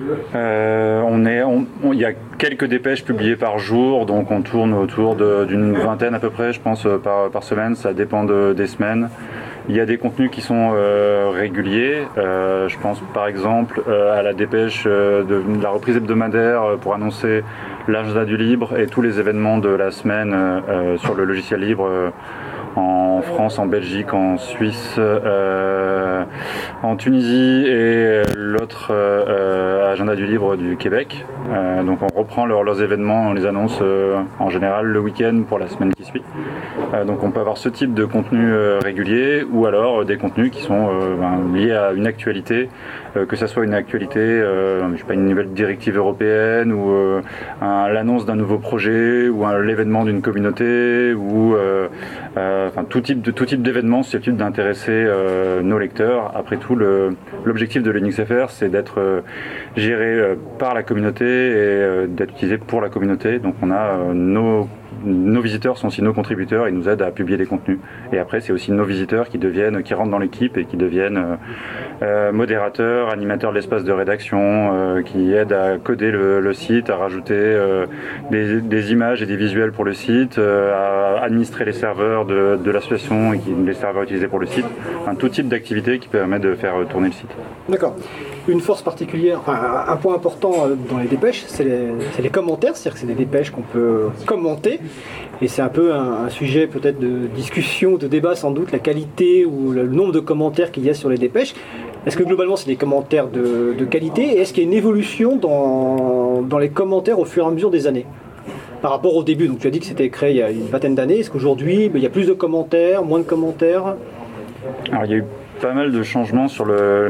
euh, on est, on, on, il y a quelques dépêches publiées par jour, donc on tourne autour de, d'une vingtaine à peu près, je pense, par, par semaine, ça dépend de, des semaines. Il y a des contenus qui sont euh, réguliers, euh, je pense par exemple euh, à la dépêche euh, de, de la reprise hebdomadaire euh, pour annoncer l'agenda du libre et tous les événements de la semaine euh, sur le logiciel libre euh, en France, en Belgique, en Suisse, euh, en Tunisie et l'autre euh, agenda du libre du Québec. Euh, donc on reprend leur, leurs événements, on les annonce euh, en général le week-end pour la semaine qui suit. Euh, donc on peut avoir ce type de contenu euh, régulier ou alors euh, des contenus qui sont euh, ben, liés à une actualité, euh, que ça soit une actualité, euh, je sais pas, une nouvelle directive européenne ou euh, un, l'annonce d'un nouveau projet ou un, l'événement d'une communauté ou euh, euh, enfin tout type de tout type d'événement susceptible d'intéresser euh, nos lecteurs. Après tout, le, l'objectif de Linux F R, c'est d'être euh, géré euh, par la communauté et euh, d'être utilisé pour la communauté. Donc on a euh, nos Nos visiteurs sont aussi nos contributeurs, ils nous aident à publier les contenus. Et après, c'est aussi nos visiteurs qui deviennent, qui rentrent dans l'équipe et qui deviennent euh, euh, modérateurs, animateurs de l'espace de rédaction, euh, qui aident à coder le, le site, à rajouter euh, des, des images et des visuels pour le site, euh, à administrer les serveurs de, de l'association et qui, les serveurs utilisés pour le site. Enfin, tout type d'activité qui permet de faire tourner le site. D'accord. Une force particulière, enfin, un point important dans les dépêches, c'est les, c'est les commentaires, c'est-à-dire que c'est des dépêches qu'on peut commenter, et c'est un peu un, un sujet peut-être de discussion, de débat sans doute, la qualité ou le nombre de commentaires qu'il y a sur les dépêches. Est-ce que globalement c'est des commentaires de, de qualité, et est-ce qu'il y a une évolution dans, dans les commentaires au fur et à mesure des années par rapport au début? Donc tu as dit que c'était créé il y a une vingtaine d'années, est-ce qu'aujourd'hui ben, il y a plus de commentaires, moins de commentaires? Alors il y a eu pas mal de changements sur le,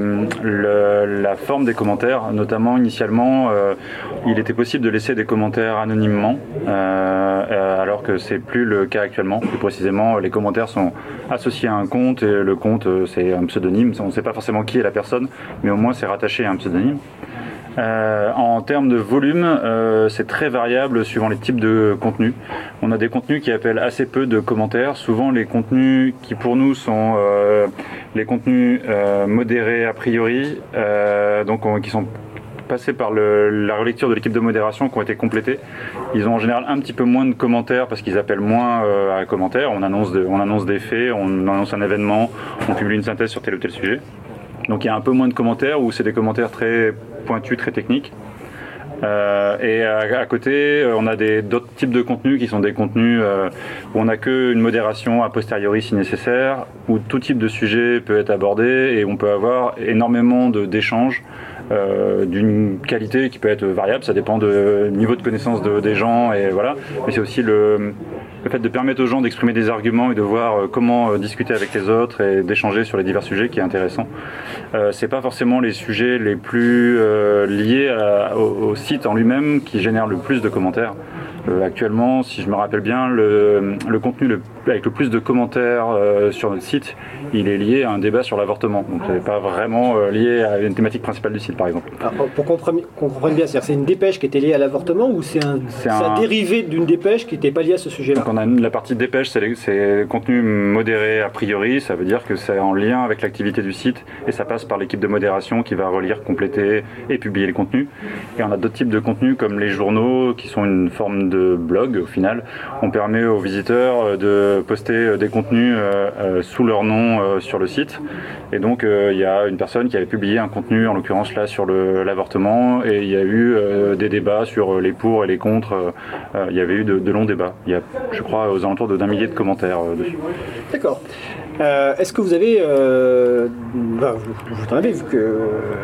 le, la forme des commentaires, notamment initialement euh, il était possible de laisser des commentaires anonymement euh, alors que c'est plus le cas actuellement. Plus précisément, les commentaires sont associés à un compte et le compte c'est un pseudonyme, on ne sait pas forcément qui est la personne, mais au moins c'est rattaché à un pseudonyme. Euh, en termes de volume, euh, c'est très variable suivant les types de contenus. On a des contenus qui appellent assez peu de commentaires. Souvent, les contenus qui pour nous sont euh, les contenus euh, modérés a priori, euh, donc on, qui sont passés par le, la relecture de l'équipe de modération, qui ont été complétés. Ils ont en général un petit peu moins de commentaires parce qu'ils appellent moins euh, à commentaires. On annonce, de, on annonce des faits, on annonce un événement, on publie une synthèse sur tel ou tel sujet. Donc il y a un peu moins de commentaires où c'est des commentaires très pointus, très techniques. Euh, et à, à côté, on a des, d'autres types de contenus qui sont des contenus euh, où on n'a qu'une modération a posteriori si nécessaire, où tout type de sujet peut être abordé et on peut avoir énormément de, d'échanges euh, d'une qualité qui peut être variable, ça dépend du niveau de connaissance de, des gens, et voilà. Mais c'est aussi le, le fait de permettre aux gens d'exprimer des arguments et de voir comment discuter avec les autres et d'échanger sur les divers sujets qui est intéressant. Euh, c'est pas forcément les sujets les plus euh, liés à, au, au site en lui-même qui génèrent le plus de commentaires. Euh, actuellement, si je me rappelle bien, le, le contenu le, avec le plus de commentaires euh, sur notre site, il est lié à un débat sur l'avortement. Donc c'est pas vraiment euh, lié à une thématique principale du site, par exemple. Alors, pour qu'on comprenne, qu'on comprenne bien, c'est-à-dire c'est une dépêche qui était liée à l'avortement ou c'est un, c'est un... dérivé d'une dépêche qui n'était pas liée à ce sujet-là? Donc on a une, la partie dépêche, c'est, les, c'est contenu modéré a priori, ça veut dire que c'est en lien avec l'activité du site et ça passe par l'équipe de modération qui va relire, compléter et publier les contenus. Et on a d'autres types de contenus comme les journaux qui sont une forme de blog au final. On permet aux visiteurs de poster des contenus euh, sous leur nom euh, sur le site. Et donc il euh, y a une personne qui avait publié un contenu, en l'occurrence là sur le, l'avortement, et il y a eu euh, des débats sur les pour et les contre. Il euh, y avait eu de, de longs débats. Il y a, je crois, aux alentours de, d'un millier de commentaires euh, dessus. D'accord. Euh, est-ce que vous avez, euh, bah, vous, vous en avez vu que euh,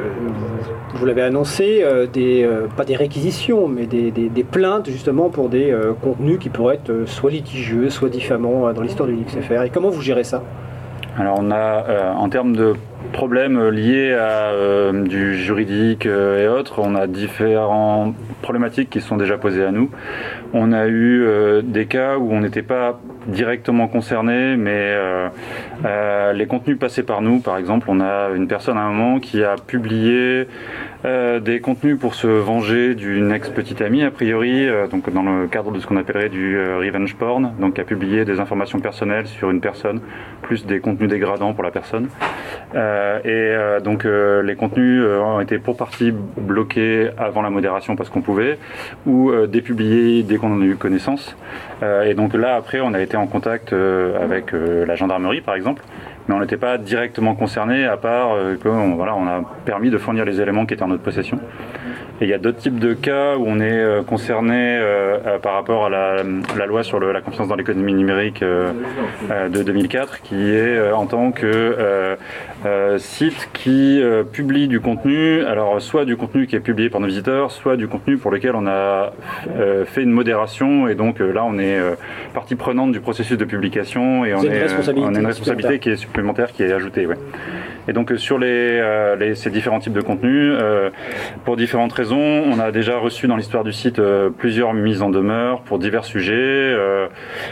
vous l'avez annoncé, euh, des, euh, pas des réquisitions, mais des, des, des plaintes justement pour des euh, contenus qui pourraient être soit litigieux, soit diffamants euh, dans l'histoire du Linux F R. Et comment vous gérez ça? Alors on a, euh, en termes de problèmes liés à euh, du juridique euh, et autres, on a différents problématiques qui se sont déjà posées à nous. On a eu euh, des cas où on n'était pas directement concerné, mais euh, euh, les contenus passés par nous, par exemple, on a une personne à un moment qui a publié euh, des contenus pour se venger d'une ex-petite amie, a priori, euh, donc dans le cadre de ce qu'on appellerait du euh, revenge porn, donc a publié des informations personnelles sur une personne, plus des contenus dégradants pour la personne. Euh, et euh, donc euh, les contenus euh, ont été pour partie bloqués avant la modération parce qu'on pouvait, ou euh, dépubliés dès qu'on en a eu connaissance. Euh, et donc là, après, on a été en contact euh, avec euh, la gendarmerie, par exemple, mais on n'était pas directement concerné, à part euh, qu'on voilà, on a permis de fournir les éléments qui étaient en notre possession. Et il y a d'autres types de cas où on est euh, concerné euh, euh, par rapport à la, la loi sur le, la confiance dans l'économie numérique euh, euh, de deux mille quatre, qui est euh, en tant que euh, euh, site qui euh, publie du contenu, alors soit du contenu qui est publié par nos visiteurs, soit du contenu pour lequel on a euh, fait une modération, et donc euh, là on est euh, partie prenante du processus de publication, et on, est, euh, on a une responsabilité qui est supplémentaire, qui est ajoutée. Ouais. Et donc euh, sur les, euh, les, ces différents types de contenus, euh, pour différentes raisons, on a déjà reçu dans l'histoire du site euh, plusieurs mises en demeure pour divers sujets. Euh,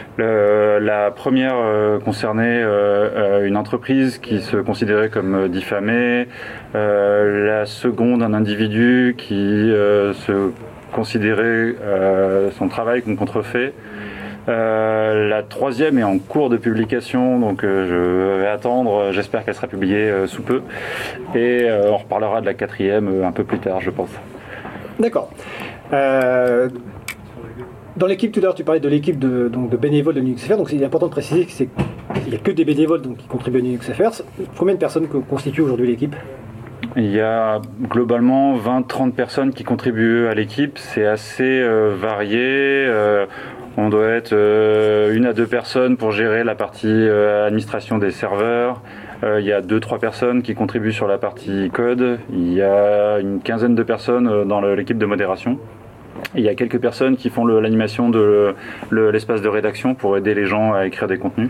le, la première euh, concernait euh, euh, une entreprise qui se considérait comme diffamée. Euh, la seconde, un individu qui euh, se considérait euh, son travail comme contrefait. Euh, la troisième est en cours de publication, donc euh, je vais attendre, j'espère qu'elle sera publiée euh, sous peu. Et euh, on reparlera de la quatrième euh, un peu plus tard, je pense. D'accord. Euh, dans l'équipe, tout à l'heure, tu parlais de l'équipe de, donc, de bénévoles de LinuxFR, donc c'est important de préciser qu'il n'y a que des bénévoles donc, qui contribuent à LinuxFR. Combien de personnes constituent aujourd'hui l'équipe ? Il y a globalement vingt à trente personnes qui contribuent à l'équipe, c'est assez euh, varié. Euh, On doit être euh, une à deux personnes pour gérer la partie euh, administration des serveurs. Euh, il y a deux trois personnes qui contribuent sur la partie code. Il y a une quinzaine de personnes euh, dans le, l'équipe de modération. Et il y a quelques personnes qui font le, l'animation de le, l'espace de rédaction pour aider les gens à écrire des contenus.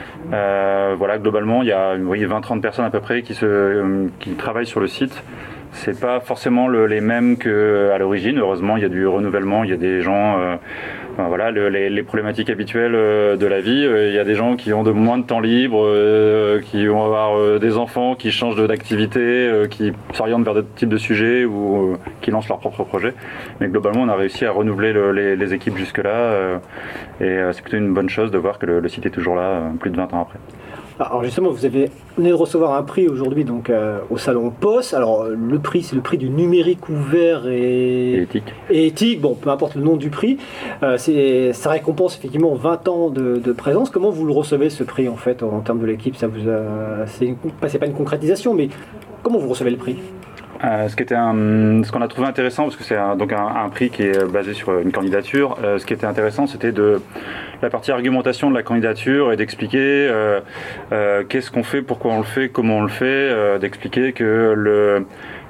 Euh, voilà, globalement, il y a oui, vingt à trente personnes à peu près qui, se, euh, qui travaillent sur le site. C'est pas forcément le, les mêmes qu'à l'origine. Heureusement, il y a du renouvellement, il y a des gens... Euh, Enfin, voilà, le, les, les problématiques habituelles euh, de la vie. Euh, il y a des gens qui ont de moins de temps libre, euh, qui vont avoir euh, des enfants qui changent d'activité, euh, qui s'orientent vers d'autres types de sujets ou euh, qui lancent leurs propres projets. Mais globalement, on a réussi à renouveler le, les, les équipes jusque-là. Euh, et euh, c'est plutôt une bonne chose de voir que le, le site est toujours là, euh, plus de vingt ans après. Alors justement, vous avez venez de recevoir un prix aujourd'hui donc euh, au salon P O S. Alors le prix, c'est le prix du numérique ouvert et, et éthique. Et éthique. Bon, peu importe le nom du prix, euh, c'est, ça récompense effectivement vingt ans de, de présence. Comment vous le recevez ce prix en fait en, en termes de l'équipe? Ça vous a, c'est, une, c'est pas une concrétisation, mais comment vous recevez le prix? Euh, ce, qui était un, ce qu'on a trouvé intéressant, parce que c'est un, donc un, un prix qui est basé sur une candidature, euh, ce qui était intéressant, c'était de la partie argumentation de la candidature et d'expliquer euh, euh, qu'est-ce qu'on fait, pourquoi on le fait, comment on le fait, euh, d'expliquer que le,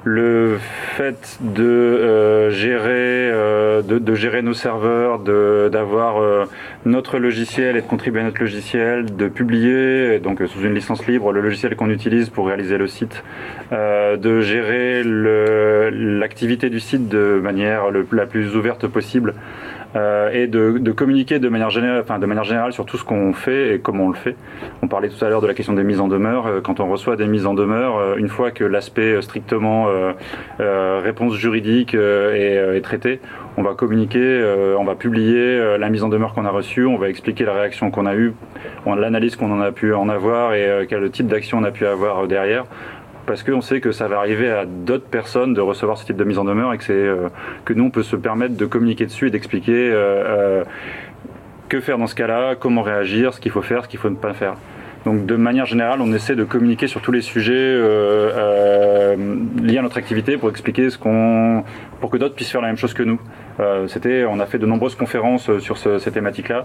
le fait de euh, gérer, euh, de, de gérer nos serveurs, de, d'avoir euh, notre logiciel et de contribuer à notre logiciel, de publier, donc sous une licence libre, le logiciel qu'on utilise pour réaliser le site, euh, de gérer le, l'activité du site de manière le, la plus ouverte possible. Euh, et de, de communiquer de manière générale, enfin de manière générale sur tout ce qu'on fait et comment on le fait. On parlait tout à l'heure de la question des mises en demeure. Euh, quand on reçoit des mises en demeure, euh, une fois que l'aspect euh, strictement euh, euh, réponse juridique euh, est, euh, est traité, on va communiquer, euh, on va publier euh, la mise en demeure qu'on a reçue, on va expliquer la réaction qu'on a eue, on, l'analyse qu'on en a pu en avoir et euh, quel type d'action on a pu avoir euh, derrière. Parce qu'on sait que ça va arriver à d'autres personnes de recevoir ce type de mise en demeure et que, c'est, euh, que nous, on peut se permettre de communiquer dessus et d'expliquer euh, euh, que faire dans ce cas-là, comment réagir, ce qu'il faut faire, ce qu'il faut ne pas faire. Donc de manière générale, on essaie de communiquer sur tous les sujets euh, euh, liés à notre activité pour expliquer ce qu'on, pour que d'autres puissent faire la même chose que nous. Euh, c'était, on a fait de nombreuses conférences sur ce, ces thématiques-là,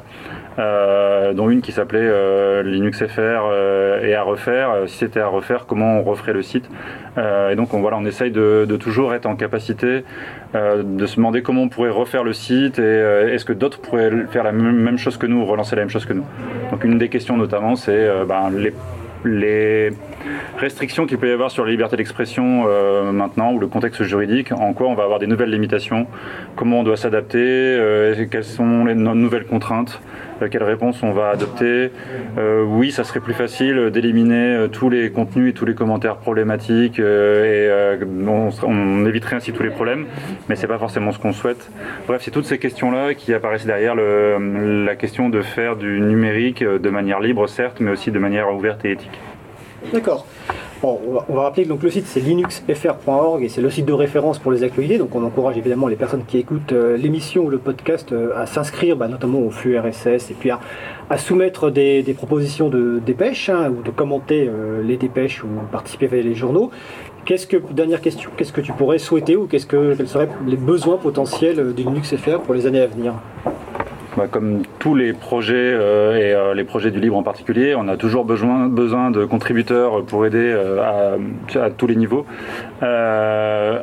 euh, dont une qui s'appelait euh, LinuxFR euh, et à refaire. Euh, si c'était à refaire, comment on referait le site. Euh, et donc on, voilà, on essaye de, de toujours être en capacité euh, de se demander comment on pourrait refaire le site et euh, est-ce que d'autres pourraient faire la même, même chose que nous, relancer la même chose que nous. Donc une des questions notamment, c'est euh, ben, les, les restrictions qu'il peut y avoir sur la liberté d'expression euh, maintenant, ou le contexte juridique, en quoi on va avoir des nouvelles limitations, comment on doit s'adapter, euh, quelles sont les no- nouvelles contraintes, euh, quelles réponses on va adopter. Euh, oui, ça serait plus facile d'éliminer euh, tous les contenus et tous les commentaires problématiques euh, et euh, on, on éviterait ainsi tous les problèmes, mais c'est pas forcément ce qu'on souhaite. Bref, c'est toutes ces questions-là qui apparaissent derrière le, la question de faire du numérique de manière libre, certes, mais aussi de manière ouverte et éthique. D'accord. Bon, on, va, on va rappeler que donc, le site c'est linux f r point org et c'est le site de référence pour les actualités, donc on encourage évidemment les personnes qui écoutent euh, l'émission ou le podcast euh, à s'inscrire bah, notamment au flux R S S et puis à, à soumettre des, des propositions de dépêches hein, ou de commenter euh, les dépêches ou participer à les journaux. Qu'est-ce que, dernière question, qu'est-ce que tu pourrais souhaiter ou qu'est-ce que, quels seraient les besoins potentiels du Linux F R pour les années à venir ? Bah, comme tous les projets euh, et euh, les projets du libre en particulier, on a toujours besoin, besoin de contributeurs pour aider euh, à, à tous les niveaux. Euh,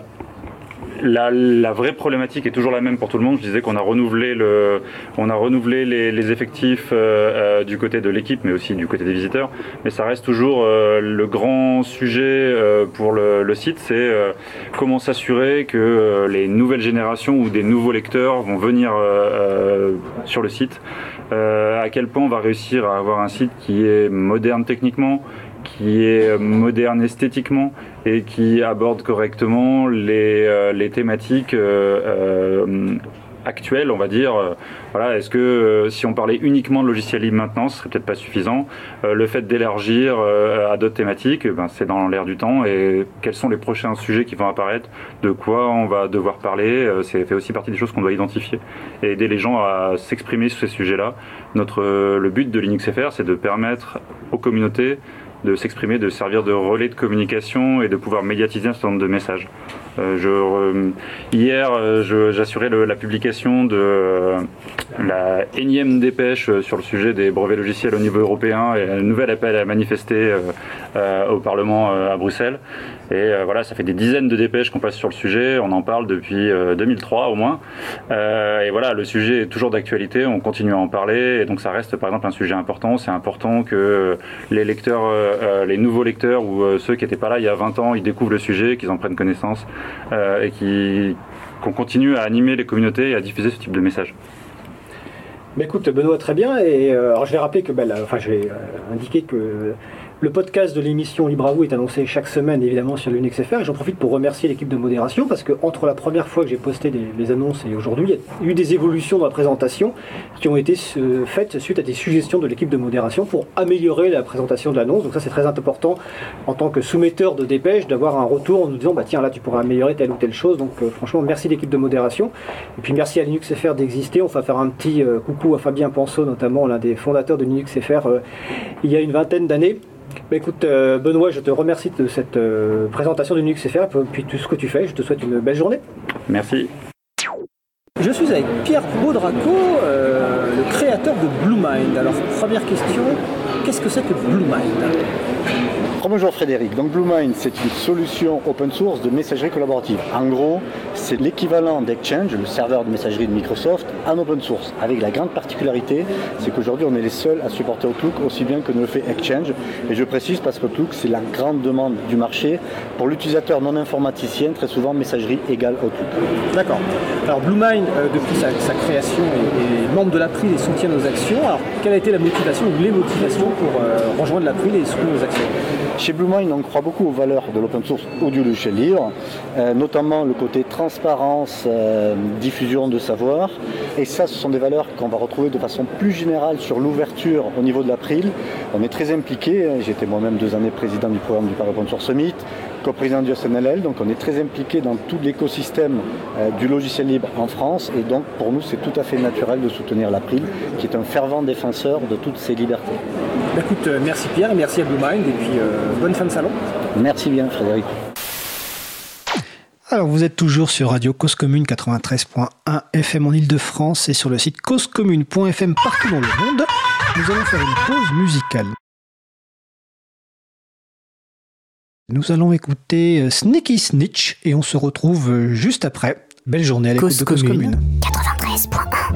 La, la vraie problématique est toujours la même pour tout le monde. Je disais qu'on a renouvelé, le, on a renouvelé les, les effectifs euh, euh, du côté de l'équipe, mais aussi du côté des visiteurs. Mais ça reste toujours euh, le grand sujet euh, pour le, le site, c'est euh, comment s'assurer que euh, les nouvelles générations ou des nouveaux lecteurs vont venir euh, euh, sur le site. Euh, à quel point on va réussir à avoir un site qui est moderne techniquement, qui est moderne esthétiquement et qui aborde correctement les, euh, les thématiques euh, euh, actuelles, on va dire. Voilà, est-ce que euh, si on parlait uniquement de logiciel libre maintenant, ce serait peut-être pas suffisant. Euh, le fait d'élargir euh, à d'autres thématiques, ben, c'est dans l'air du temps. Et quels sont les prochains sujets qui vont apparaître, de quoi on va devoir parler, euh, c'est fait aussi partie des choses qu'on doit identifier et aider les gens à s'exprimer sur ces sujets-là. Notre, euh, le but de Linux F R, c'est de permettre aux communautés de s'exprimer, de servir de relais de communication et de pouvoir médiatiser un certain nombre de messages. Euh, je, euh, hier, euh, je, j'assurais le, la publication de euh, la énième dépêche sur le sujet des brevets logiciels au niveau européen et un nouvel appel à manifester euh, euh, au Parlement euh, à Bruxelles. Et euh, voilà, ça fait des dizaines de dépêches qu'on passe sur le sujet, on en parle depuis euh, deux mille trois au moins. Euh, et voilà, le sujet est toujours d'actualité, on continue à en parler, et donc ça reste par exemple un sujet important. C'est important que les lecteurs, euh, les nouveaux lecteurs ou euh, ceux qui n'étaient pas là il y a vingt ans, ils découvrent le sujet, qu'ils en prennent connaissance euh, et qui, qu'on continue à animer les communautés et à diffuser ce type de message. Bah écoute Benoît, très bien, et euh, alors je vais rappeler que, bah, là, enfin je vais euh, indiquer que euh, le podcast de l'émission Libre à vous est annoncé chaque semaine évidemment sur Linux F R, et j'en profite pour remercier l'équipe de modération parce que entre la première fois que j'ai posté des, des annonces et aujourd'hui, il y a eu des évolutions dans la présentation qui ont été euh, faites suite à des suggestions de l'équipe de modération pour améliorer la présentation de l'annonce. Donc ça c'est très important en tant que soumetteur de dépêche d'avoir un retour en nous disant bah tiens là tu pourrais améliorer telle ou telle chose. Donc euh, franchement merci l'équipe de modération, et puis merci à Linux F R d'exister. On va faire un petit euh, coucou à Fabien Panceau, notamment l'un des fondateurs de Linux F R euh, il y a une vingtaine d'années. Bah écoute euh, Benoît, je te remercie de cette euh, présentation de Linux F R et puis tout ce que tu fais. Je te souhaite une belle journée. Merci. Je suis avec Pierre Baudraco, euh, le créateur de BlueMind. Alors première question, qu'est-ce que c'est que BlueMind ? Bonjour Frédéric, donc BlueMind c'est une solution open source de messagerie collaborative. En gros, c'est l'équivalent d'Exchange, le serveur de messagerie de Microsoft, en open source. Avec la grande particularité, c'est qu'aujourd'hui on est les seuls à supporter Outlook aussi bien que ne le fait Exchange. Et je précise parce qu'Outlook c'est la grande demande du marché. Pour l'utilisateur non informaticien, très souvent messagerie égale Outlook. D'accord. Alors BlueMind, euh, depuis sa, sa création, est, est membre de l'April et soutient nos actions. Alors quelle a été la motivation ou les motivations pour euh, rejoindre l'April et soutenir nos actions ? Chez BlueMind, on croit beaucoup aux valeurs de l'open source ou du logiciel libre, euh, notamment le côté transparence, euh, diffusion de savoir. Et ça, ce sont des valeurs qu'on va retrouver de façon plus générale sur l'ouverture au niveau de l'April. On est très impliqué. J'étais moi-même deux années président du programme du Paris Open Source Summit, coprésident du S N L L. Donc on est très impliqué dans tout l'écosystème euh, du logiciel libre en France. Et donc pour nous, c'est tout à fait naturel de soutenir l'April, qui est un fervent défenseur de toutes ces libertés. Écoute, euh, merci Pierre et merci à BlueMind et puis euh, bonne fin de salon. Merci bien Frédéric. Alors vous êtes toujours sur Radio Cause Commune quatre-vingt-treize point un F M en Ile-de-France et sur le site cause commune point f m partout dans le monde. Nous allons faire une pause musicale. Nous allons écouter Sneaky Snitch et on se retrouve juste après. Belle journée à l'écoute Cause de Cause Commune. quatre-vingt-treize point un.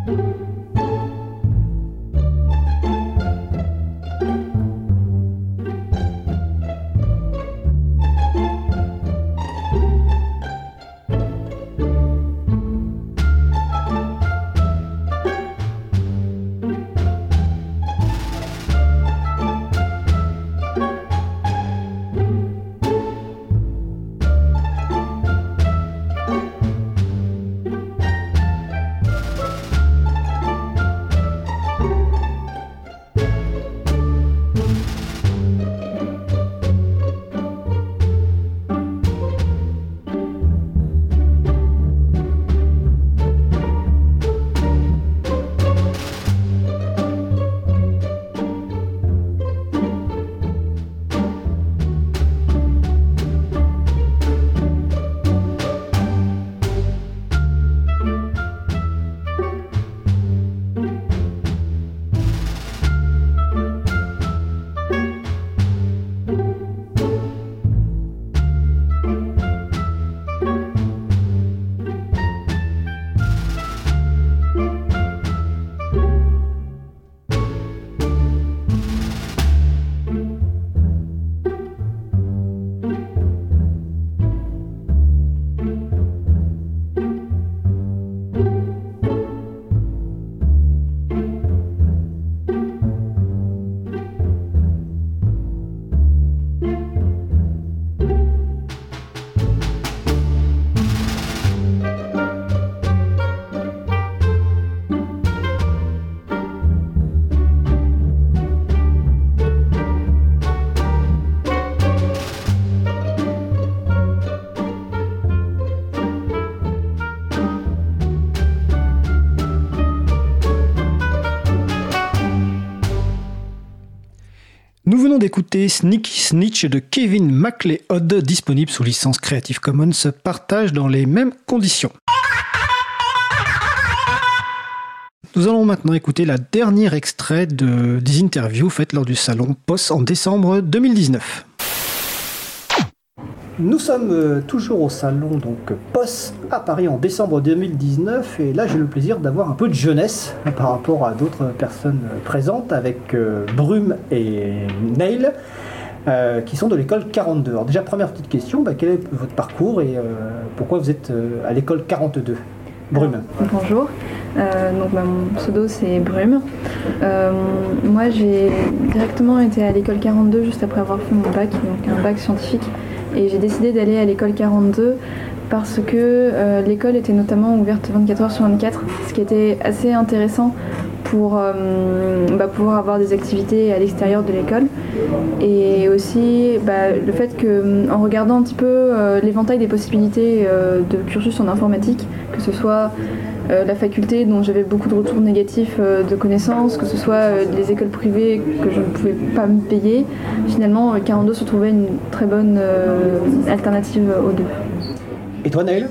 Nous venons d'écouter Sneaky Snitch de Kevin MacLeod, disponible sous licence Creative Commons, partage dans les mêmes conditions. Nous allons maintenant écouter la dernière extrait de, des interviews faites lors du salon P O S en décembre deux mille dix-neuf. Nous sommes euh, toujours au salon donc P O S à Paris en décembre deux mille dix-neuf et là j'ai le plaisir d'avoir un peu de jeunesse euh, par rapport à d'autres personnes euh, présentes avec euh, Brume et Neil euh, qui sont de l'école quarante-deux. Alors déjà première petite question, bah, quel est votre parcours et euh, pourquoi vous êtes euh, à l'école quarante-deux? Brume. Bonjour, euh, donc bah, mon pseudo c'est Brume. Euh, moi j'ai directement été à l'école quarante-deux juste après avoir fait mon bac, donc un bac scientifique. Et j'ai décidé d'aller à l'école quarante-deux parce que euh, l'école était notamment ouverte vingt-quatre heures sur vingt-quatre, ce qui était assez intéressant pour euh, bah, pouvoir avoir des activités à l'extérieur de l'école. Et aussi bah, le fait qu'en regardant un petit peu euh, l'éventail des possibilités euh, de cursus en informatique, que ce soit euh, la faculté dont j'avais beaucoup de retours négatifs euh, de connaissances, que ce soit euh, les écoles privées que je ne pouvais pas me payer, finalement euh, quarante-deux se trouvait une très bonne euh, alternative aux deux. Et toi Neil ?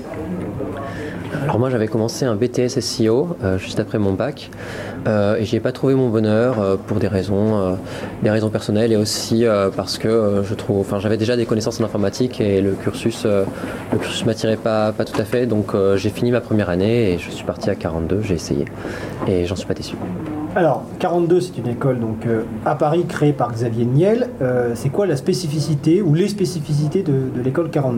Alors moi j'avais commencé un B T S S E O euh, juste après mon bac euh, et j'ai pas trouvé mon bonheur euh, pour des raisons, euh, des raisons personnelles et aussi euh, parce que euh, je trouve, enfin j'avais déjà des connaissances en informatique et le cursus, euh, le cursus m'attirait pas, pas tout à fait, donc euh, j'ai fini ma première année et je suis parti à quarante-deux, j'ai essayé et j'en suis pas déçu. Alors, quarante-deux, c'est une école donc, euh, à Paris créée par Xavier Niel. Euh, c'est quoi la spécificité ou les spécificités de, de l'école quarante-deux ?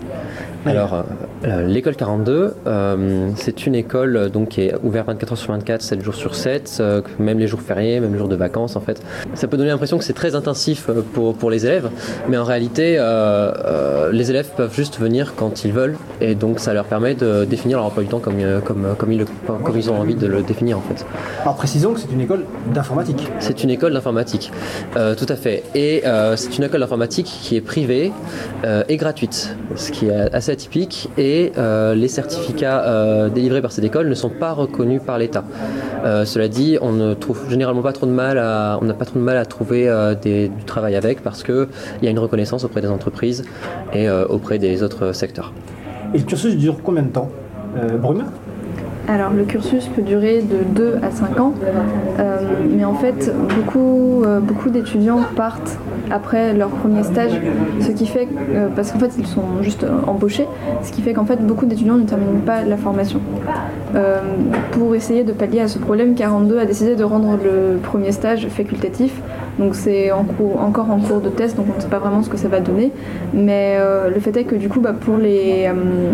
Alors, euh, l'école quarante-deux, euh, c'est une école donc, qui est ouverte vingt-quatre heures sur vingt-quatre, sept jours sur sept, euh, même les jours fériés, même les jours de vacances en fait. Ça peut donner l'impression que c'est très intensif pour, pour les élèves, mais en réalité, euh, euh, les élèves peuvent juste venir quand ils veulent, et donc ça leur permet de définir leur emploi du temps comme, comme, comme, ils, le, comme ils ont envie de le définir en fait. Alors précisons que c'est une école d'informatique. C'est une école d'informatique, euh, tout à fait. Et euh, c'est une école d'informatique qui est privée euh, et gratuite, ce qui est assez atypique, et euh, les certificats euh, délivrés par cette école ne sont pas reconnus par l'État. Euh, cela dit, on ne trouve généralement pas trop de mal à, on n'a pas trop de mal à trouver euh, des, du travail avec parce qu'il y a une reconnaissance auprès des entreprises et euh, auprès des autres secteurs. Et le cursus dure combien de temps, euh, Brume ? Alors le cursus peut durer de deux à cinq ans, euh, mais en fait beaucoup, euh, beaucoup d'étudiants partent après leur premier stage, ce qui fait, euh, parce qu'en fait ils sont juste euh, embauchés, ce qui fait qu'en fait beaucoup d'étudiants ne terminent pas la formation. Euh, pour essayer de pallier à ce problème, quarante-deux a décidé de rendre le premier stage facultatif, donc c'est en cours, encore en cours de test, donc on ne sait pas vraiment ce que ça va donner, mais euh, le fait est que du coup bah, pour les, euh,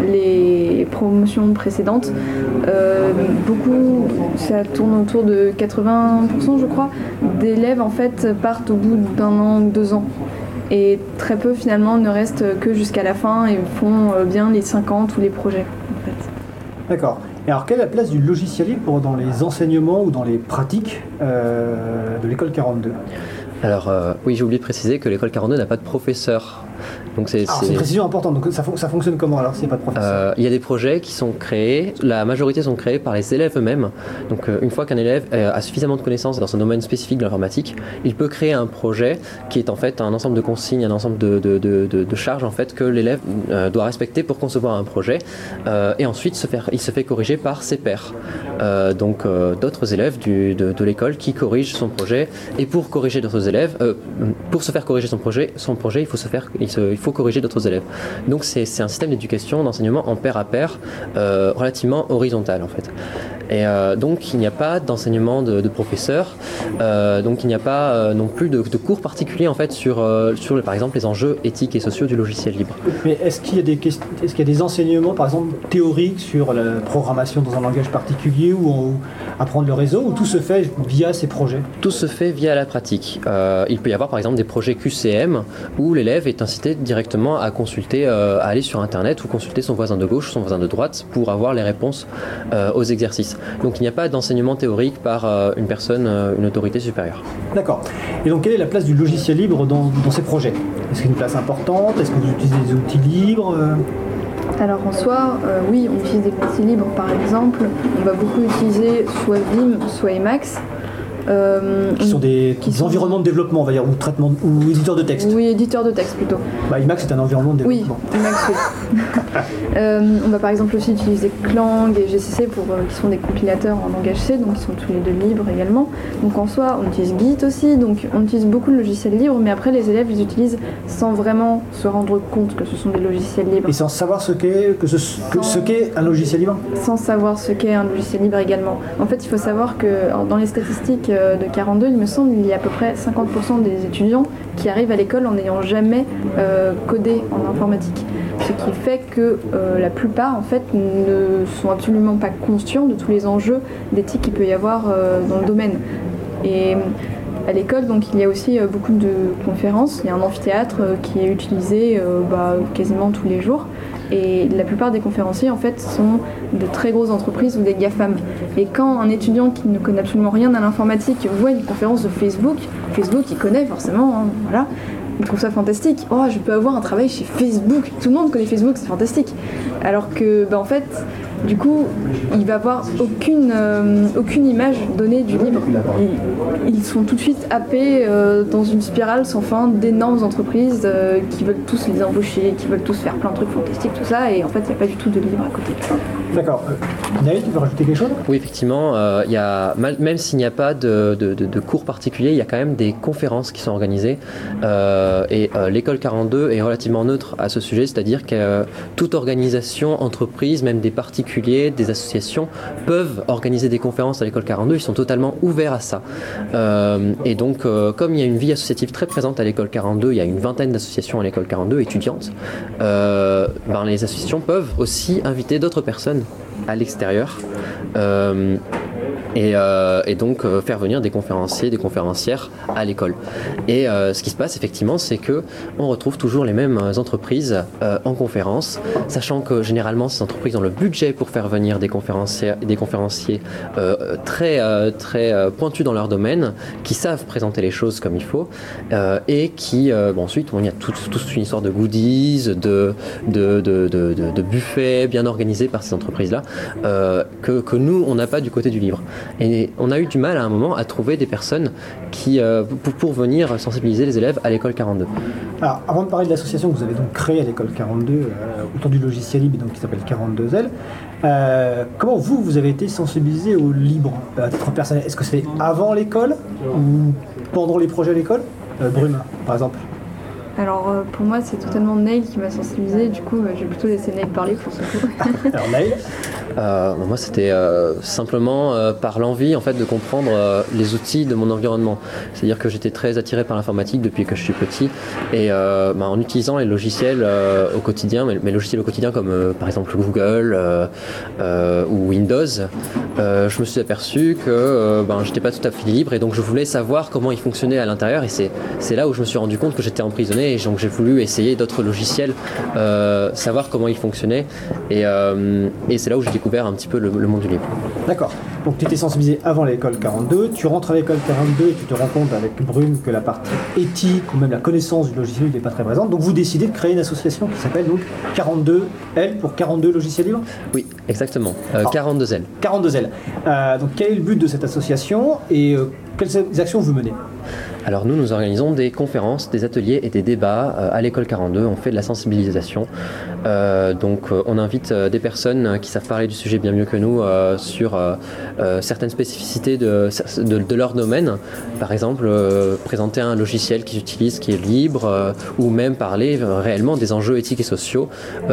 les promotions précédentes, Euh, beaucoup, ça tourne autour de quatre-vingts pour cent je crois, d'élèves en fait partent au bout d'un an ou deux ans. Et très peu finalement ne restent que jusqu'à la fin et font bien les cinquante ou les projets. En fait. D'accord. Et alors quelle est la place du logiciel libre dans les enseignements ou dans les pratiques euh, de l'école quarante-deux ? Alors euh, oui, j'ai oublié de préciser que l'école quarante-deux n'a pas de professeur. Donc c'est, alors, c'est... c'est une précision importante, donc ça, ça fonctionne comment alors s'il n'y a pas de professeur ? euh, Il y a des projets qui sont créés, la majorité sont créés par les élèves eux-mêmes. Donc euh, une fois qu'un élève euh, a suffisamment de connaissances dans un domaine spécifique de l'informatique, il peut créer un projet qui est en fait un ensemble de consignes, un ensemble de, de, de, de, de charges en fait que l'élève euh, doit respecter pour concevoir un projet euh, et ensuite se faire, il se fait corriger par ses pairs. Euh, donc euh, d'autres élèves du, de, de l'école qui corrigent son projet, et pour corriger d'autres élèves, euh, pour se faire corriger son projet, son projet il faut se faire, il, se, il faut corriger d'autres élèves. Donc c'est, c'est un système d'éducation, d'enseignement en pair à pair, euh, relativement horizontal en fait. Et euh, donc il n'y a pas d'enseignement de, de professeurs, euh, donc il n'y a pas euh, non plus de, de cours particuliers en fait sur, euh, sur par exemple les enjeux éthiques et sociaux du logiciel libre. Mais est-ce qu'il y a des, est-ce qu'il y a des enseignements par exemple théoriques sur la programmation dans un langage particulier ou, en, ou apprendre le réseau, ou tout se fait via ces projets ? Tout se fait via la pratique. Euh, il peut y avoir par exemple des projets Q C M où l'élève est incité directement à consulter, euh, à aller sur internet ou consulter son voisin de gauche, son voisin de droite pour avoir les réponses euh, aux exercices. Donc il n'y a pas d'enseignement théorique par euh, une personne, euh, une autorité supérieure. D'accord. Et donc quelle est la place du logiciel libre dans, dans ces projets ? Est-ce qu'il y a une place importante ? Est-ce que vous utilisez des outils libres ? Alors en soi, euh, oui, on utilise des outils libres. Par exemple, on va beaucoup utiliser soit Vim, soit Emacs. Euh, qui sont des, qui des sont... environnements de développement, on va dire, ou traitement, ou éditeurs de texte. Oui, éditeurs de texte plutôt. Bah, Emacs c'est un environnement de développement. Oui, Emacs, oui. euh, on va par exemple aussi utiliser Clang et G C C pour, euh, qui sont des compilateurs en langage C, donc ils sont tous les deux libres également. Donc en soi, on utilise Git aussi, donc on utilise beaucoup de logiciels libres, mais après les élèves les utilisent sans vraiment se rendre compte que ce sont des logiciels libres. Et sans savoir ce qu'est, que ce, que ce qu'est un logiciel libre ? Sans savoir ce qu'est un logiciel libre également. En fait, il faut savoir que dans les statistiques de quarante-deux, il me semble, il y a à peu près cinquante pour cent des étudiants qui arrivent à l'école en n'ayant jamais euh, codé en informatique. Ce qui fait que euh, la plupart, en fait, ne sont absolument pas conscients de tous les enjeux d'éthique qu'il peut y avoir euh, dans le domaine. Et à l'école, donc, il y a aussi euh, beaucoup de conférences. Il y a un amphithéâtre euh, qui est utilisé euh, bah, quasiment tous les jours. Et la plupart des conférenciers, en fait, sont de très grosses entreprises ou des GAFAM. Et quand un étudiant qui ne connaît absolument rien à l'informatique voit une conférence de Facebook, Facebook, il connaît forcément, hein, voilà, il trouve ça fantastique. Oh, je peux avoir un travail chez Facebook. Tout le monde connaît Facebook, c'est fantastique. Alors que, bah, en fait, du coup, il va avoir aucune, euh, aucune image donnée du libre. Ils, ils sont tout de suite happés euh, dans une spirale sans fin d'énormes entreprises euh, qui veulent tous les embaucher, qui veulent tous faire plein de trucs fantastiques, tout ça, et en fait, il n'y a pas du tout de libre à côté. D'accord. Naïl, tu veux rajouter quelque chose ? Oui, effectivement, euh, y a, même s'il n'y a pas de, de, de, de cours particuliers, il y a quand même des conférences qui sont organisées. Euh, et euh, l'école quarante-deux est relativement neutre à ce sujet, c'est-à-dire que euh, toute organisation, entreprise, même des particuliers, des associations, peuvent organiser des conférences à l'école quarante-deux, ils sont totalement ouverts à ça. Euh, et donc, euh, comme il y a une vie associative très présente à l'école quarante-deux, il y a une vingtaine d'associations à l'école quarante-deux, étudiantes, euh, ben, les associations peuvent aussi inviter d'autres personnes à l'extérieur euh, et, euh, et donc euh, faire venir des conférenciers, des conférencières à l'école. Et euh, ce qui se passe effectivement, c'est que on retrouve toujours les mêmes entreprises euh, en conférence, sachant que généralement ces entreprises ont le budget pour faire venir des conférenciers, des conférenciers euh, très euh, très euh, pointus dans leur domaine, qui savent présenter les choses comme il faut, euh, et qui euh, bon, ensuite bon, il y a toute tout une histoire de goodies, de de de de, de, de buffets bien organisés par ces entreprises là, euh, que que nous on n'a pas du côté du livre. Et on a eu du mal à un moment à trouver des personnes qui, euh, pour, pour venir sensibiliser les élèves à l'école quarante-deux. Alors, avant de parler de l'association que vous avez donc créée à l'école quarante-deux, euh, autour du logiciel libre, donc qui s'appelle quarante-deux L, euh, comment vous, vous avez été sensibilisé au libre à titre personnel? Est-ce que c'est avant l'école ou pendant les projets à l'école? euh, Brume, par exemple. Alors euh, pour moi c'est totalement Neil qui m'a sensibilisée, du coup euh, je vais plutôt laisser Neil parler pour ce coup. Alors Neil euh, Moi c'était euh, simplement euh, par l'envie en fait de comprendre euh, les outils de mon environnement. C'est-à-dire que j'étais très attiré par l'informatique depuis que je suis petit et euh, bah, en utilisant les logiciels euh, au quotidien, mes, mes logiciels au quotidien comme euh, par exemple Google euh, euh, ou Windows, euh, je me suis aperçu que euh, ben, j'étais pas tout à fait libre et donc je voulais savoir comment ils fonctionnaient à l'intérieur et c'est, c'est là où je me suis rendu compte que j'étais emprisonné. Et donc j'ai voulu essayer d'autres logiciels, euh, savoir comment ils fonctionnaient et, euh, et c'est là où j'ai découvert un petit peu le, le monde du libre. D'accord, donc tu étais sensibilisé avant l'école quarante-deux, tu rentres à l'école quarante-deux et tu te rends compte avec Brume que la partie éthique ou même la connaissance du logiciel n'est pas très présente, donc vous décidez de créer une association qui s'appelle donc quarante-deux L pour quarante-deux logiciels libres? Oui, exactement, euh, quarante-deux L. quarante-deux L. Euh, donc quel est le but de cette association et euh, quelles actions vous menez? Alors nous, nous organisons des conférences, des ateliers et des débats euh, à l'école quarante-deux. On fait de la sensibilisation. Euh, donc euh, on invite euh, des personnes qui savent parler du sujet bien mieux que nous euh, sur euh, euh, certaines spécificités de, de, de leur domaine. Par exemple, euh, présenter un logiciel qu'ils utilisent qui est libre euh, ou même parler euh, réellement des enjeux éthiques et sociaux.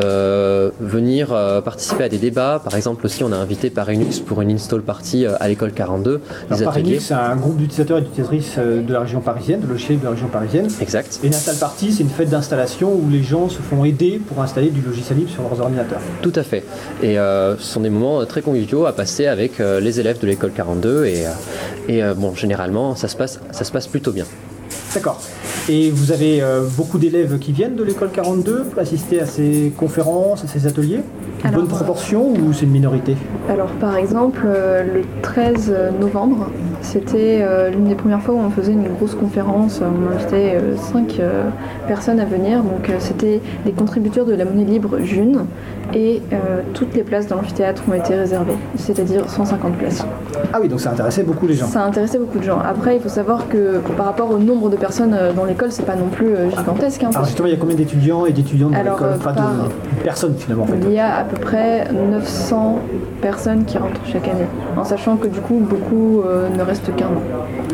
Euh, venir euh, participer à des débats. Par exemple aussi, on a invité Parinux pour une install party euh, à l'école quarante-deux. Des Alors, ateliers. Parinux, c'est un groupe d'utilisateurs et d'utilisatrices euh, de la région parisienne, de logiciels de la région parisienne. Exact. Et une install party, c'est une fête d'installation où les gens se font aider pour installer du logiciel libre sur leurs ordinateurs. Tout à fait. Et euh, ce sont des moments très conviviaux à passer avec euh, les élèves de l'école quarante-deux et, euh, et euh, bon, généralement, ça se passe, ça se passe plutôt bien. D'accord. Et vous avez euh, beaucoup d'élèves qui viennent de l'école quarante-deux pour assister à ces conférences, à ces ateliers? Une Alors, bonne proportion ou c'est une minorité? Alors par exemple, euh, le treize novembre, c'était euh, l'une des premières fois où on faisait une grosse conférence. On invitait euh, cinq euh, personnes à venir. Donc euh, c'était des contributeurs de la monnaie libre June et euh, toutes les places dans l'amphithéâtre ont été réservées, c'est-à-dire cent cinquante places. Ah oui, donc ça intéressait beaucoup les gens. Ça intéressait beaucoup de gens. Après, il faut savoir que par rapport au nombre de personnes dans l'école, c'est pas non plus euh, gigantesque. Hein, Alors justement, il y a combien d'étudiants et d'étudiantes dans l'école? Enfin, par... de personnes finalement en fait. Il y a à peu près neuf cents personnes qui rentrent chaque année, en sachant que du coup, beaucoup euh, ne restent qu'un an.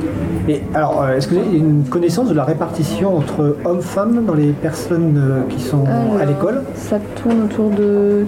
Et alors, euh, est-ce que vous avez une connaissance de la répartition entre hommes-femmes dans les personnes euh, qui sont alors, à l'école? Ça tourne autour de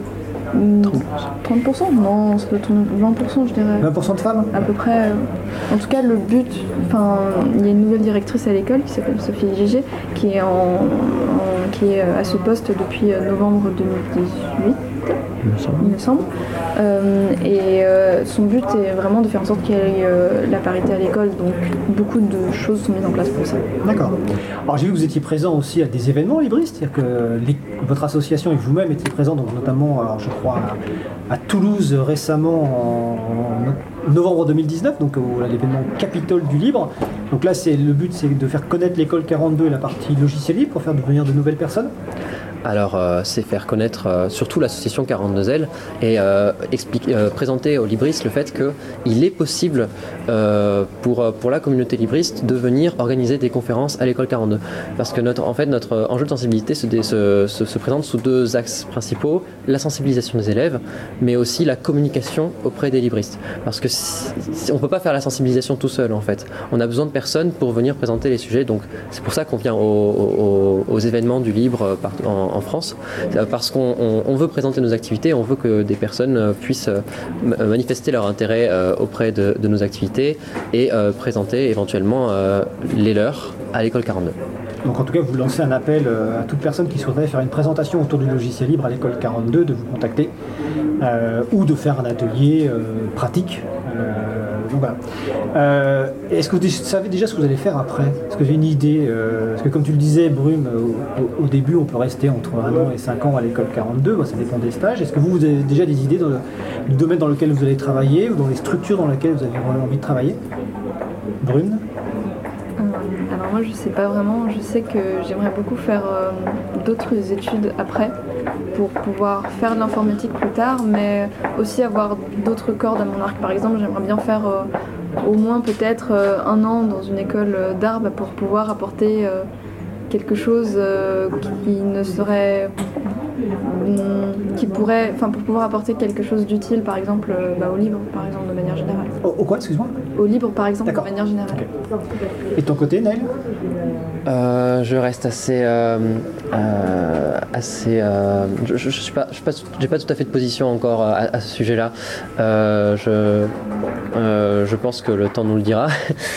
trente pour cent. Non, ça doit tourner vingt pour cent je dirais. vingt pour cent de femmes? À peu près. En tout cas, le but, enfin, il y a une nouvelle directrice à l'école qui s'appelle Sophie Gégé, qui est, en, en, qui est à ce poste depuis novembre deux mille dix-huit. Il me semble. Euh, et euh, son but est vraiment de faire en sorte qu'il y ait euh, la parité à l'école, donc beaucoup de choses sont mises en place pour ça. D'accord. Alors j'ai vu que vous étiez présent aussi à des événements libristes, c'est-à-dire que les, votre association et vous-même étiez présents, donc notamment, alors, je crois, à, à Toulouse récemment en, en novembre deux mille dix-neuf, donc au, à l'événement Capitole du Libre. Donc là, c'est, le but, c'est de faire connaître l'école quarante-deux et la partie logiciel libre pour faire devenir de nouvelles personnes. Alors, euh, c'est faire connaître euh, surtout l'association quarante-deux L et euh, expliquer, euh, présenter aux libristes le fait qu'il est possible euh, pour, pour la communauté libriste de venir organiser des conférences à l'école quarante-deux. Parce que notre, en fait, notre enjeu de sensibilité se, se, se, se présente sous deux axes principaux, la sensibilisation des élèves, mais aussi la communication auprès des libristes. Parce que si, si, on ne peut pas faire la sensibilisation tout seul, en fait. On a besoin de personnes pour venir présenter les sujets. Donc, c'est pour ça qu'on vient aux, aux, aux événements du libre en, en France, parce qu'on on, on veut présenter nos activités, on veut que des personnes puissent manifester leur intérêt auprès de, de nos activités et euh, présenter éventuellement euh, les leurs à l'école quarante-deux. Donc en tout cas, vous lancez un appel à toute personne qui souhaiterait faire une présentation autour du logiciel libre à l'école quarante-deux, de vous contacter euh, ou de faire un atelier euh, pratique. Euh, donc voilà. Euh, est-ce que vous savez déjà ce que vous allez faire après? Est-ce que vous avez une idée euh, Parce que comme tu le disais, Brume, au, au début, on peut rester entre un an et cinq ans à l'école quarante-deux, bon, ça dépend des stages. Est-ce que vous, vous avez déjà des idées dans le, du domaine dans lequel vous allez travailler ou dans les structures dans lesquelles vous avez envie de travailler? Brume? Alors moi je sais pas vraiment, je sais que j'aimerais beaucoup faire euh, d'autres études après, pour pouvoir faire de l'informatique plus tard, mais aussi avoir d'autres cordes à mon arc. Par exemple, j'aimerais bien faire euh, au moins peut-être euh, un an dans une école d'art bah, pour pouvoir apporter euh, quelque chose euh, qui ne serait... qui pourrait, enfin pour pouvoir apporter quelque chose d'utile, par exemple euh, bah, au libre, par exemple, de manière générale. Au, au quoi, excuse-moi? Au libre, par exemple, D'accord. de manière générale. Okay. Et de ton côté, Naël? Euh, je reste assez, euh, euh, assez. Euh, je, je, je suis pas, je suis pas, j'ai pas tout à fait de position encore à, à ce sujet-là. Euh, je, euh, je pense que le temps nous le dira.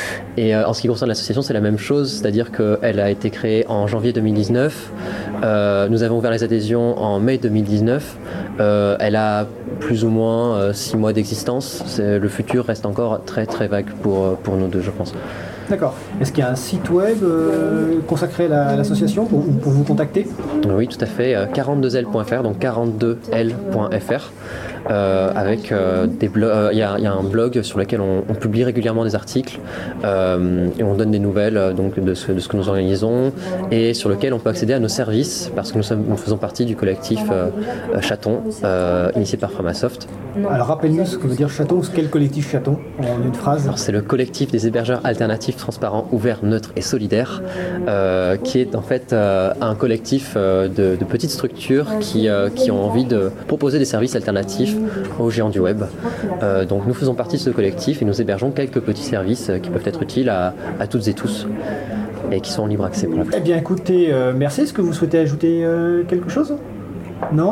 Et euh, en ce qui concerne l'association, c'est la même chose, c'est-à-dire qu'elle a été créée en janvier deux mille dix-neuf. Euh, nous avons ouvert les adhésions en mai deux mille dix-neuf. Euh, elle a plus ou moins euh, six mois d'existence. C'est, le futur reste encore très très vague pour pour nous deux, je pense. D'accord. Est-ce qu'il y a un site web euh, consacré à, la, à l'association pour, pour vous contacter? Oui, tout à fait. quarante-deux L point F R, donc quarante-deux L point F R. Euh, avec euh, des blogs, il y, y a un blog sur lequel on, on publie régulièrement des articles euh, et on donne des nouvelles euh, donc de ce, de ce que nous organisons et sur lequel on peut accéder à nos services parce que nous, sommes, nous faisons partie du collectif euh, Chaton euh, initié par Framasoft. Alors rappelle-nous ce que veut dire Chaton, quel collectif Chaton en une phrase? Alors, c'est le collectif des hébergeurs alternatifs, transparents, ouverts, neutres et solidaires euh, qui est en fait euh, un collectif euh, de, de petites structures qui, euh, qui ont envie de proposer des services alternatifs aux géants du web. Euh, donc nous faisons partie de ce collectif et nous hébergeons quelques petits services qui peuvent être utiles à, à toutes et tous et qui sont en libre accès pour la plupart. Eh bien écoutez, euh, merci. Est-ce que vous souhaitez ajouter euh, quelque chose? Non?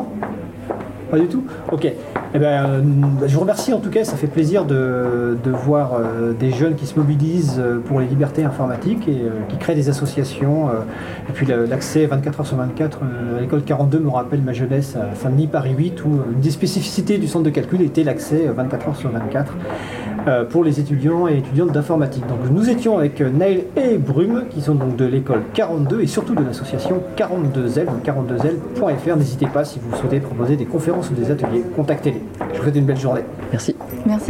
Pas du tout? Ok. Eh ben, euh, je vous remercie en tout cas, ça fait plaisir de, de voir euh, des jeunes qui se mobilisent pour les libertés informatiques et euh, qui créent des associations. Euh, et puis le, l'accès vingt-quatre heures sur vingt-quatre euh, à l'école quarante-deux me rappelle ma jeunesse à Saint-Denis, Paris huit, où une des spécificités du centre de calcul était l'accès vingt-quatre heures sur vingt-quatre euh, pour les étudiants et étudiantes d'informatique. Donc nous étions avec Naël et Brume, qui sont donc de l'école quarante-deux et surtout de l'association quarante-deux L, donc quarante-deux L point F R. N'hésitez pas si vous souhaitez proposer des conférences ou des ateliers, contactez-les. Je vous souhaite une belle journée. Merci. Merci.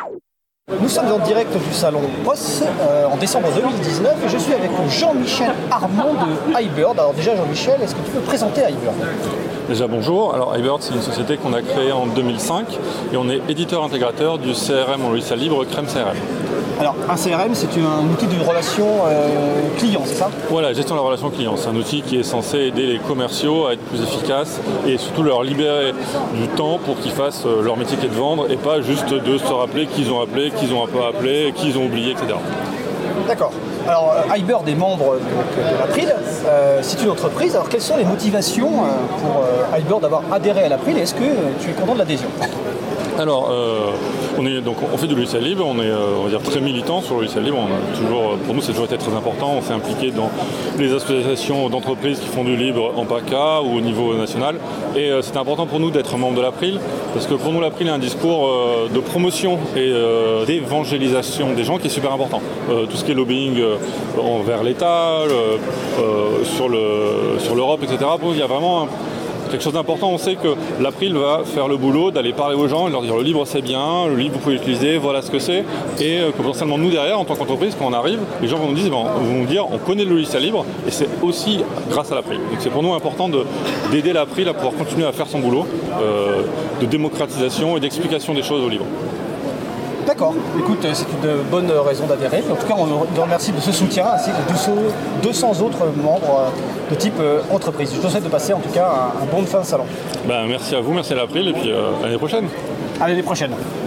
Nous sommes en direct du salon P O S euh, en décembre deux mille dix-neuf et je suis avec Jean-Michel Armand de iBird. Alors déjà Jean-Michel, est-ce que tu peux présenter iBird? Déjà bonjour, alors iBird c'est une société qu'on a créée en deux mille cinq et on est éditeur intégrateur du C R M en logiciel libre Crème C R M. Alors un C R M c'est un outil de relation euh, client, c'est ça? Voilà, gestion de la relation client, c'est un outil qui est censé aider les commerciaux à être plus efficaces et surtout leur libérer du temps pour qu'ils fassent leur métier qui est de vendre et pas juste de se rappeler qu'ils ont appelé, qu'ils ont pas appelé, qu'ils ont oublié, et cetera. D'accord. Alors iBird est membre donc, de l'April, euh, c'est une entreprise. Alors quelles sont les motivations euh, pour euh, iBird d'avoir adhéré à l'April et est-ce que euh, tu es content de l'adhésion? Alors, euh, on, est, donc, on fait du logiciel libre, on est euh, on va dire, très militant sur le logiciel libre. On a toujours, pour nous, c'est toujours été très important. On s'est impliqué dans les associations d'entreprises qui font du libre en PACA ou au niveau national. Et euh, c'était important pour nous d'être membre de l'April, parce que pour nous, l'April est un discours euh, de promotion et euh, d'évangélisation des gens qui est super important. Euh, tout ce qui est lobbying euh, envers l'État, euh, euh, sur, le, sur l'Europe, et cetera. Pour nous, il y a vraiment un, quelque chose d'important. On sait que l'April va faire le boulot d'aller parler aux gens et leur dire le libre c'est bien, le libre vous pouvez l'utiliser, voilà ce que c'est. Et que potentiellement nous derrière, en tant qu'entreprise, quand on arrive, les gens vont nous dire, vont nous dire on connaît le logiciel libre et c'est aussi grâce à l'April. Donc c'est pour nous important de, d'aider l'April à pouvoir continuer à faire son boulot euh, de démocratisation et d'explication des choses au libre. D'accord, écoute, c'est une bonne raison d'adhérer. En tout cas, on te remercie de ce soutien ainsi que deux cents autres membres de type entreprise. Je te souhaite de passer en tout cas un, un bon fin de salon. Ben, merci à vous, merci à l'April et puis euh, à l'année prochaine. À l'année prochaine.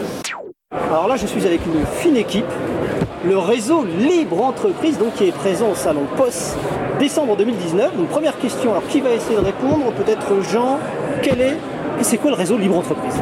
Alors là, je suis avec une fine équipe, le réseau Libre Entreprise, donc qui est présent au salon P O S décembre deux mille dix-neuf. Donc première question, alors qui va essayer de répondre? Peut-être Jean, quel est, c'est quoi le réseau Libre Entreprise?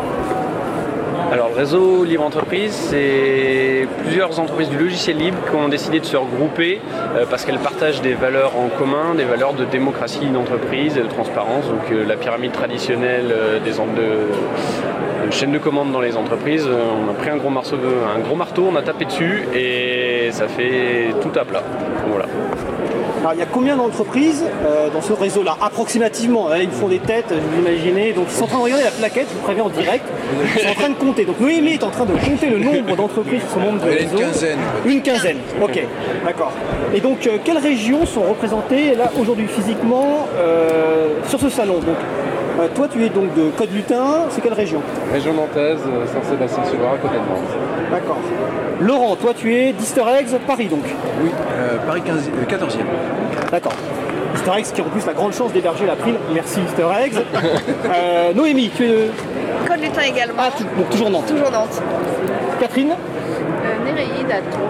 Alors le réseau Libre Entreprise, c'est plusieurs entreprises du logiciel libre qui ont décidé de se regrouper euh, parce qu'elles partagent des valeurs en commun, des valeurs de démocratie d'entreprise et de transparence. Donc euh, la pyramide traditionnelle euh, des en- de, de chaîne de commande dans les entreprises, euh, on a pris un gros, marceau, un gros marteau, on a tapé dessus et ça fait tout à plat. Donc, voilà. Alors, il y a combien d'entreprises euh, dans ce réseau-là, approximativement? Là, ils me font des têtes, vous imaginez. Donc, ils sont en train de regarder la plaquette, je vous préviens en direct. Ils sont en train de compter. Donc, Noémie est en train de compter le nombre d'entreprises qui sont membres du réseau. Une quinzaine. Une quinzaine, ok, d'accord. Et donc, euh, quelles régions sont représentées là aujourd'hui physiquement euh, sur ce salon? Donc, Euh, toi, tu es donc de Côte-Lutin, c'est quelle région? Région nantaise, Saint-Sébastien-sur-Loire, à côté de Nantes. D'accord. Laurent, toi, tu es d'Easter Eggs, Paris donc? Oui, euh, Paris quinze, euh, quatorzième. D'accord. Easter Eggs qui a en plus la grande chance d'héberger l'April. Merci Easter Eggs. euh, Noémie, tu es de... Côte-Lutin également. Ah, tu... donc toujours Nantes. Toujours Nantes. Catherine? euh, Néréide à Tours.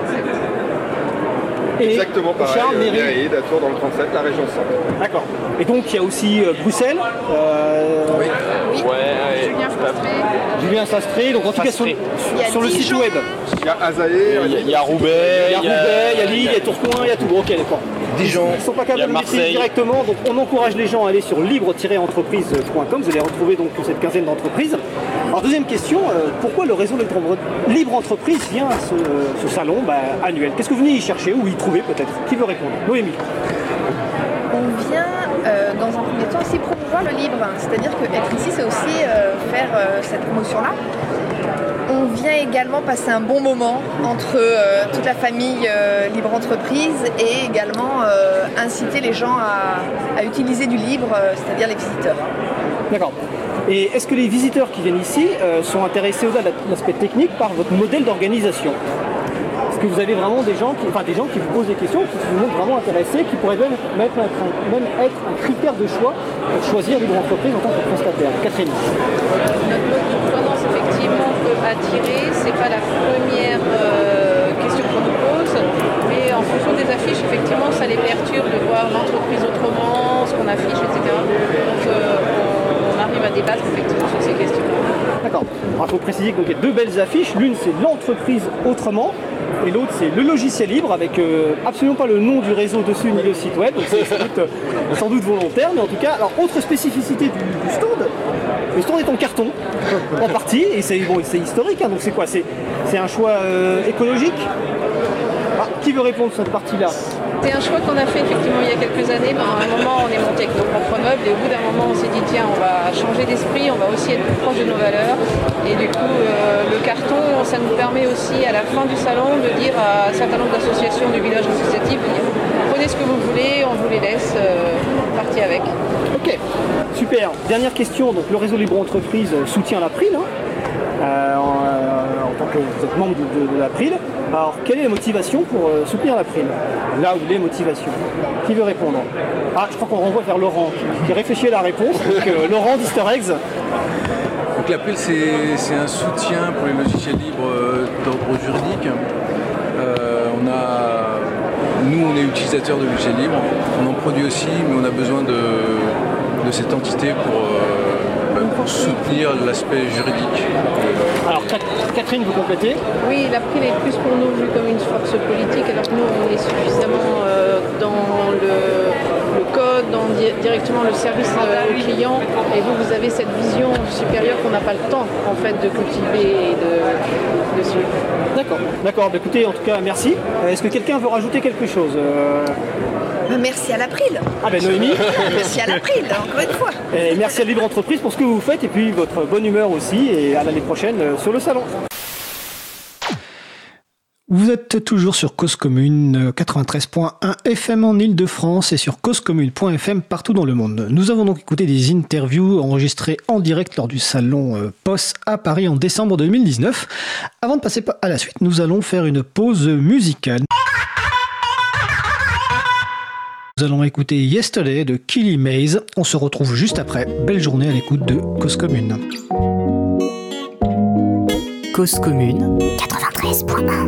Et exactement pareil, Charles, euh, Néréide à Tours dans le trente-sept, la région centre. D'accord. Et donc il y a aussi euh, Bruxelles. Euh... Oui. Oui. Ouais, Julien Sastré. Julien Sastré. Donc en tout cas sur, sur le site web. Il y a Azaé, il y a, il y a Roubaix, il y a Roubaix, il y a Lille, il y a Tourcoing, il y a tout. Bon, ok, d'accord. Dijon. Ils ne sont pas capables de maîtriser directement, donc on encourage les gens à aller sur libre tiret entreprise point com. Vous allez retrouver donc cette quinzaine d'entreprises. Alors deuxième question, euh, pourquoi le réseau Libre Entreprise vient à ce, ce salon bah, annuel? Qu'est-ce que vous venez y chercher ou y trouver peut-être? Qui veut répondre? Noémie. On vient euh, dans un premier temps aussi promouvoir le libre, c'est-à-dire qu'être ici c'est aussi euh, faire euh, cette promotion-là. On vient également passer un bon moment entre euh, toute la famille euh, Libre Entreprise et également euh, inciter les gens à, à utiliser du libre, euh, c'est-à-dire les visiteurs. D'accord. Et est-ce que les visiteurs qui viennent ici euh, sont intéressés au-delà de l'aspect technique par votre modèle d'organisation? Est-ce que vous avez vraiment des gens, qui, enfin, des gens qui vous posent des questions, qui vous montrent vraiment intéressés, qui pourraient même, même, être, un, même être un critère de choix pour choisir Libre Entreprise en tant que prestataire? Catherine. Notre mode de tendance effectivement peut attirer, c'est pas la première euh, question qu'on nous pose, mais en fonction des affiches, effectivement, ça les perturbe de voir l'entreprise autrement, ce qu'on affiche, et cetera. Donc euh, on arrive à débattre effectivement sur ces questions-là. D'accord. Il faut préciser qu'il y a deux belles affiches. L'une, c'est l'entreprise autrement. Et l'autre, c'est le logiciel libre avec euh, absolument pas le nom du réseau dessus ni le site web. Donc c'est sans doute, euh, sans doute volontaire. Mais en tout cas, alors, autre spécificité du, du stand, le stand est en carton, en partie. Et c'est bon, c'est historique. Hein, donc c'est quoi? C'est un choix euh, écologique? Ah, qui veut répondre sur cette partie-là? C'est un choix qu'on a fait effectivement il y a quelques années. Ben, à un moment, on est monté avec nos propres meubles et au bout d'un moment, on s'est dit tiens, on va changer d'esprit, on va aussi être plus proche de nos valeurs. Et du coup, euh, le carton, ça nous permet aussi à la fin du salon de dire à un certain nombre d'associations du village associatif de dire prenez ce que vous voulez, on vous les laisse, euh, partez avec. Ok, super. Dernière question. Donc le réseau Libre Entreprise soutient l'April. Hein. Euh, en, euh, en tant que vous êtes membre de, de, de l'April. Alors, quelle est la motivation pour euh, soutenir l'April? Là où les motivations. Qui veut répondre? Ah, je crois qu'on renvoie vers Laurent, qui, qui réfléchit à la réponse. Donc, euh, Laurent d'Easter Eggs. Donc l'April, c'est un soutien pour les logiciels libres euh, d'ordre juridique. Euh, on a, nous, on est utilisateurs de logiciels libres. On en produit aussi, mais on a besoin de, de cette entité pour... Euh, pour soutenir l'aspect juridique. Alors Catherine, vous complétez? Oui, l'April est plus pour nous vu comme une force politique, alors que nous on est suffisamment euh, dans le, le code, dans di directement le service euh, aux clients, et vous, vous avez cette vision supérieure qu'on n'a pas le temps en fait de cultiver et de, de suivre. D'accord, d'accord. Bah, écoutez, en tout cas, merci. Euh, Est-ce que quelqu'un veut rajouter quelque chose? euh... Merci à l'April. Ah ben Noémie. Merci à l'April, encore une fois. Et merci à Libre Entreprise pour ce que vous faites et puis votre bonne humeur aussi. Et à l'année prochaine sur le salon. Vous êtes toujours sur Cause Commune quatre-vingt-treize point un F M en Ile-de-France et sur cause commune point F M partout dans le monde. Nous avons donc écouté des interviews enregistrées en direct lors du salon P O S à Paris en décembre deux mille dix-neuf. Avant de passer à la suite, nous allons faire une pause musicale. Nous allons écouter Yesterday de Killy Maze. On se retrouve juste après. Belle journée à l'écoute de Cause Commune. Cause Commune quatre-vingt-treize point un.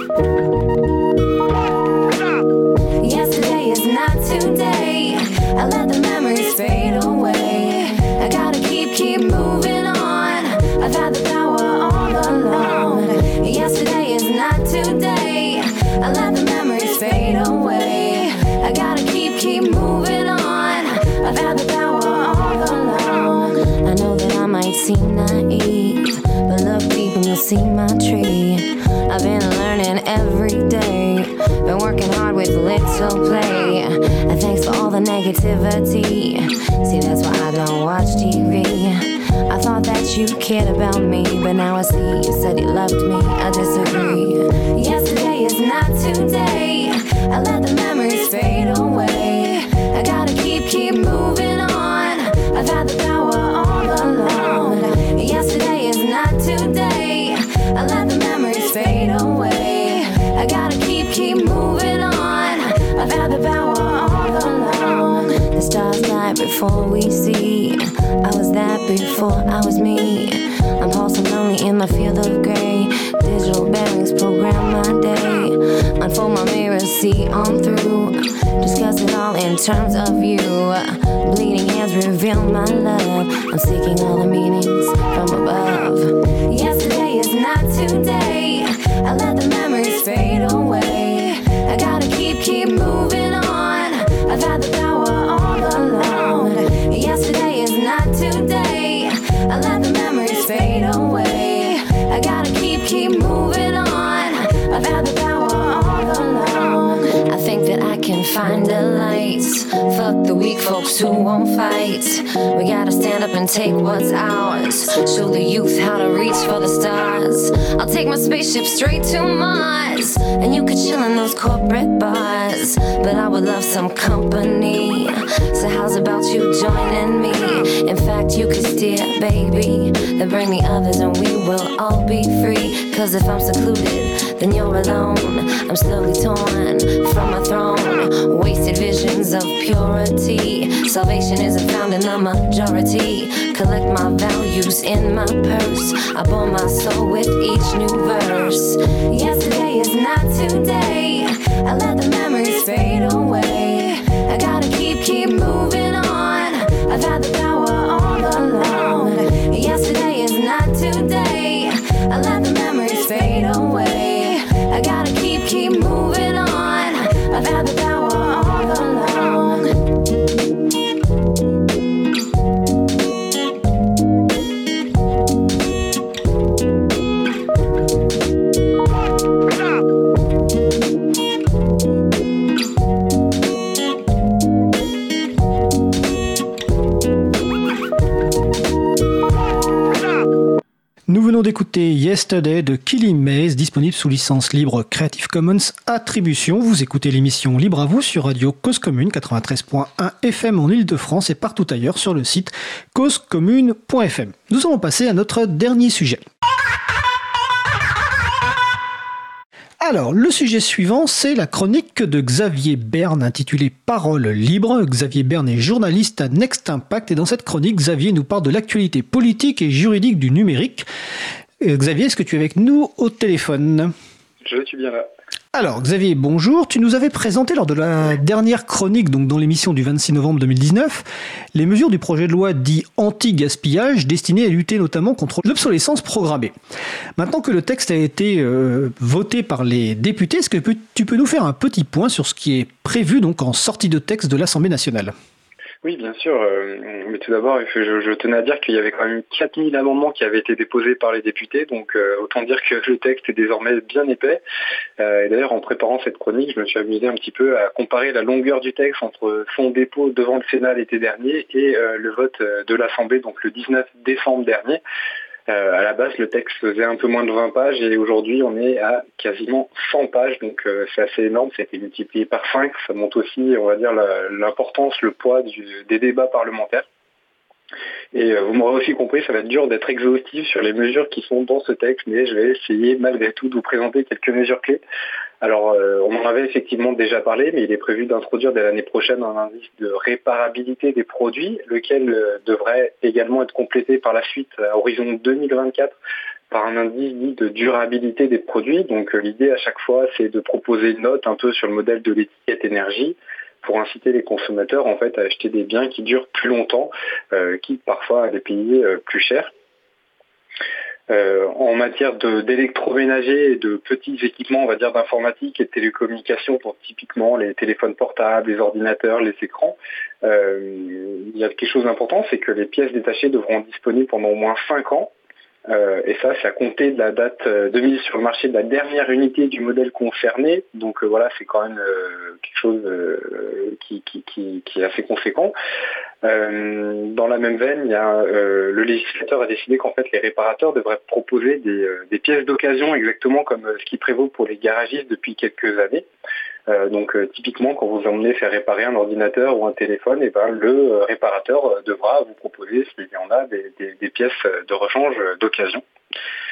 Yesterday is not today. I let the memories fade away. I gotta keep, keep moving on. I've had the power all alone. Yesterday is not today. I let the memories fade away. I gotta keep, keep moving on. I've had the power all along. I know that I might seem naive, but look deep and you'll see my tree. I've been learning every day, been working hard with little play. And thanks for all the negativity. See, that's why I don't watch T V. I thought that you cared about me, but now I see you said you loved me. I disagree. Yesterday is not today. I let the memories fade away. I gotta keep, keep moving on. I've had the right before we see. I was that before I was me. I'm pulsing lonely in my field of gray. Digital bearings program my day. Unfold my mirror, see on through. Discuss it all in terms of you. Bleeding hands reveal my love. I'm seeking all the meanings from above. Yesterday is not today. I let the memories fade away. I gotta keep, keep moving on. I've had the power all along. Yesterday is not today. I let the memories fade away. I gotta keep, keep moving on. I've had the power all along. I think that I can find a light. Fuck the weak folks who won't fight. We gotta stand up and take what's ours. Show the youth how to reach for the stars. I'll take my spaceship straight to Mars. And you could chill in those corporate bars. But I would love some company. So how's about you joining me? In fact, you could steer, baby. Then bring the others and we will all be free. Cause if I'm secluded, then you're alone. I'm slowly torn from my throne. Wasted visions of purity. Salvation isn't found in the majority. Collect my values in my purse. I bore my soul with each new verse. Yesterday is not today. I let the memories fade away. I gotta keep, keep moving on. I've had the power all along. Yesterday is not today. I let the memories fade away. I gotta keep, keep moving on. I've had the power all along. Nous venons d'écouter Yesterday de Killy Maze, disponible sous licence libre Creative Commons Attribution. Vous écoutez l'émission Libre à vous sur Radio Cause Commune quatre-vingt-treize point un F M en Ile-de-France et partout ailleurs sur le site cause commune point f m. Nous allons passer à notre dernier sujet. Alors, le sujet suivant, c'est la chronique de Xavier Berne intitulée Parole libre. Xavier Berne est journaliste à Next Impact et dans cette chronique, Xavier nous parle de l'actualité politique et juridique du numérique. Euh, Xavier, est-ce que tu es avec nous au téléphone ? Je suis bien là. Alors, Xavier, bonjour. Tu nous avais présenté lors de la dernière chronique, donc dans l'émission du vingt-six novembre deux mille dix-neuf, les mesures du projet de loi dit anti-gaspillage destiné à lutter notamment contre l'obsolescence programmée. Maintenant que le texte a été euh, voté par les députés, est-ce que tu peux nous faire un petit point sur ce qui est prévu donc en sortie de texte de l'Assemblée nationale ? Oui, bien sûr. Euh, mais tout d'abord, je, je tenais à dire qu'il y avait quand même quatre mille amendements qui avaient été déposés par les députés. Donc, euh, autant dire que le texte est désormais bien épais. Euh, et d'ailleurs, en préparant cette chronique, je me suis amusé un petit peu à comparer la longueur du texte entre son dépôt devant le Sénat l'été dernier et euh, le vote de l'Assemblée, donc le dix-neuf décembre dernier. Euh, à la base, le texte faisait un peu moins de vingt pages et aujourd'hui, on est à quasiment cent pages. Donc, euh, c'est assez énorme. Ça a été multiplié par cinq. Ça montre aussi, on va dire, la, l'importance, le poids du, des débats parlementaires. Et euh, vous m'aurez aussi compris, ça va être dur d'être exhaustif sur les mesures qui sont dans ce texte, mais je vais essayer malgré tout de vous présenter quelques mesures clés. Alors, euh, on en avait effectivement déjà parlé, mais il est prévu d'introduire dès l'année prochaine un indice de réparabilité des produits, lequel euh, devrait également être complété par la suite à horizon deux mille vingt-quatre par un indice dit de durabilité des produits. Donc euh, l'idée à chaque fois, c'est de proposer une note un peu sur le modèle de l'étiquette énergie pour inciter les consommateurs en fait à acheter des biens qui durent plus longtemps, euh, quitte parfois à les payer euh, plus cher. Euh, en matière de, d'électroménager et de petits équipements, on va dire d'informatique et de télécommunications, donc typiquement les téléphones portables, les ordinateurs, les écrans, euh, il y a quelque chose d'important, c'est que les pièces détachées devront être disponibles pendant au moins cinq ans. Euh, et ça, c'est à compter de la date euh, de mise sur le marché de la dernière unité du modèle concerné. Donc euh, voilà, c'est quand même euh, quelque chose euh, qui, qui, qui, qui est assez conséquent. Euh, dans la même veine, il y a, euh, le législateur a décidé qu'en fait les réparateurs devraient proposer des, euh, des pièces d'occasion exactement comme euh, ce qui prévaut pour les garagistes depuis quelques années. Euh, donc euh, typiquement quand vous emmenez faire réparer un ordinateur ou un téléphone, et ben le euh, réparateur euh, devra vous proposer, s'il y en a, des, des, des pièces de rechange euh, d'occasion.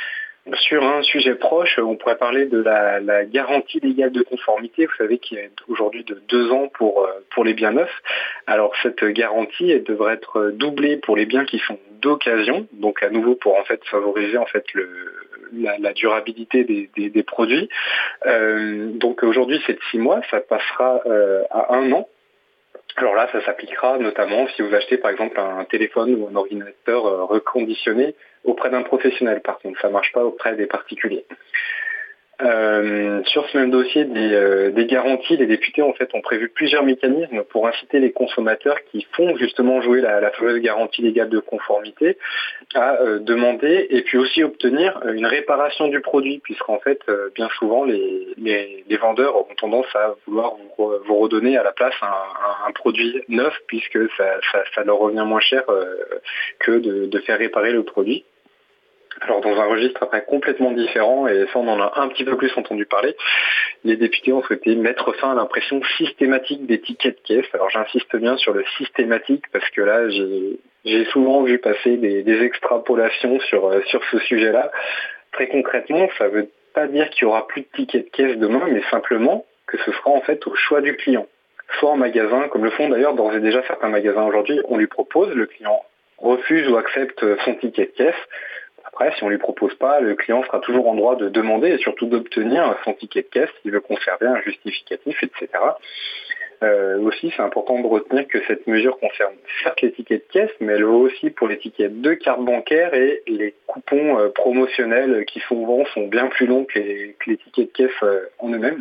Sur un sujet proche, on pourrait parler de la, la garantie légale de conformité. Vous savez qu'il y a aujourd'hui de deux ans pour, pour les biens neufs. Alors cette garantie, elle devrait être doublée pour les biens qui sont d'occasion, donc à nouveau pour en fait favoriser en fait le, la, la durabilité des, des, des produits. Euh, donc aujourd'hui c'est de six mois, ça passera euh, à un an. Alors là, ça s'appliquera notamment si vous achetez par exemple un téléphone ou un ordinateur euh, reconditionné auprès d'un professionnel. Par contre, ça ne marche pas auprès des particuliers. Euh, sur ce même dossier des, euh, des garanties, les députés en fait ont prévu plusieurs mécanismes pour inciter les consommateurs qui font justement jouer la, la fameuse garantie légale de conformité à euh, demander et puis aussi obtenir une réparation du produit, puisqu'en fait euh, bien souvent les, les, les vendeurs ont tendance à vouloir vous, vous redonner à la place un, un, un produit neuf, puisque ça, ça, ça leur revient moins cher euh, que de, de faire réparer le produit. Alors dans un registre après complètement différent, et ça on en a un petit peu plus entendu parler, les députés ont souhaité mettre fin à l'impression systématique des tickets de caisse. Alors j'insiste bien sur le systématique parce que là j'ai, j'ai souvent vu passer des, des extrapolations sur, sur ce sujet-là. Très concrètement, ça ne veut pas dire qu'il n'y aura plus de tickets de caisse demain, mais simplement que ce sera en fait au choix du client. Soit en magasin, comme le font d'ailleurs d'ores et déjà certains magasins aujourd'hui, on lui propose, le client refuse ou accepte son ticket de caisse. Après, si on ne lui propose pas, le client sera toujours en droit de demander et surtout d'obtenir son ticket de caisse s'il veut conserver un justificatif, et cetera. Euh, aussi, c'est important de retenir que cette mesure concerne certes les tickets de caisse, mais elle vaut aussi pour les tickets de carte bancaire et les coupons euh, promotionnels qui souvent sont bien plus longs que les, que les tickets de caisse euh, en eux-mêmes.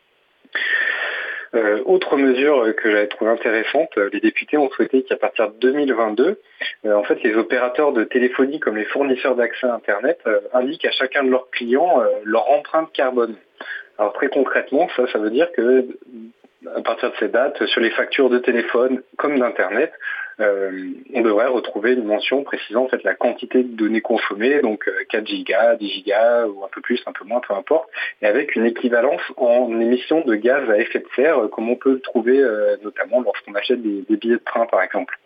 Euh, autre mesure que j'avais trouvée intéressante, les députés ont souhaité qu'à partir de deux mille vingt-deux, euh, en fait, les opérateurs de téléphonie comme les fournisseurs d'accès à Internet euh, indiquent à chacun de leurs clients euh, leur empreinte carbone. Alors très concrètement, ça, ça veut dire que à partir de ces dates, sur les factures de téléphone comme d'Internet, euh, on devrait retrouver une mention précisant en fait la quantité de données consommées, donc quatre gigas, dix gigas ou un peu plus, un peu moins, peu importe, et avec une équivalence en émissions de gaz à effet de serre, comme on peut le trouver euh, notamment lorsqu'on achète des, des billets de train par exemple.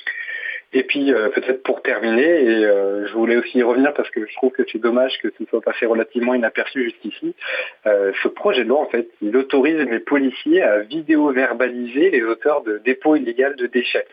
Et puis euh, peut-être pour terminer, et euh, je voulais aussi y revenir parce que je trouve que c'est dommage que ce soit passé relativement inaperçu jusqu'ici, euh, ce projet de loi en fait, il autorise les policiers à vidéo-verbaliser les auteurs de dépôts illégaux de déchets.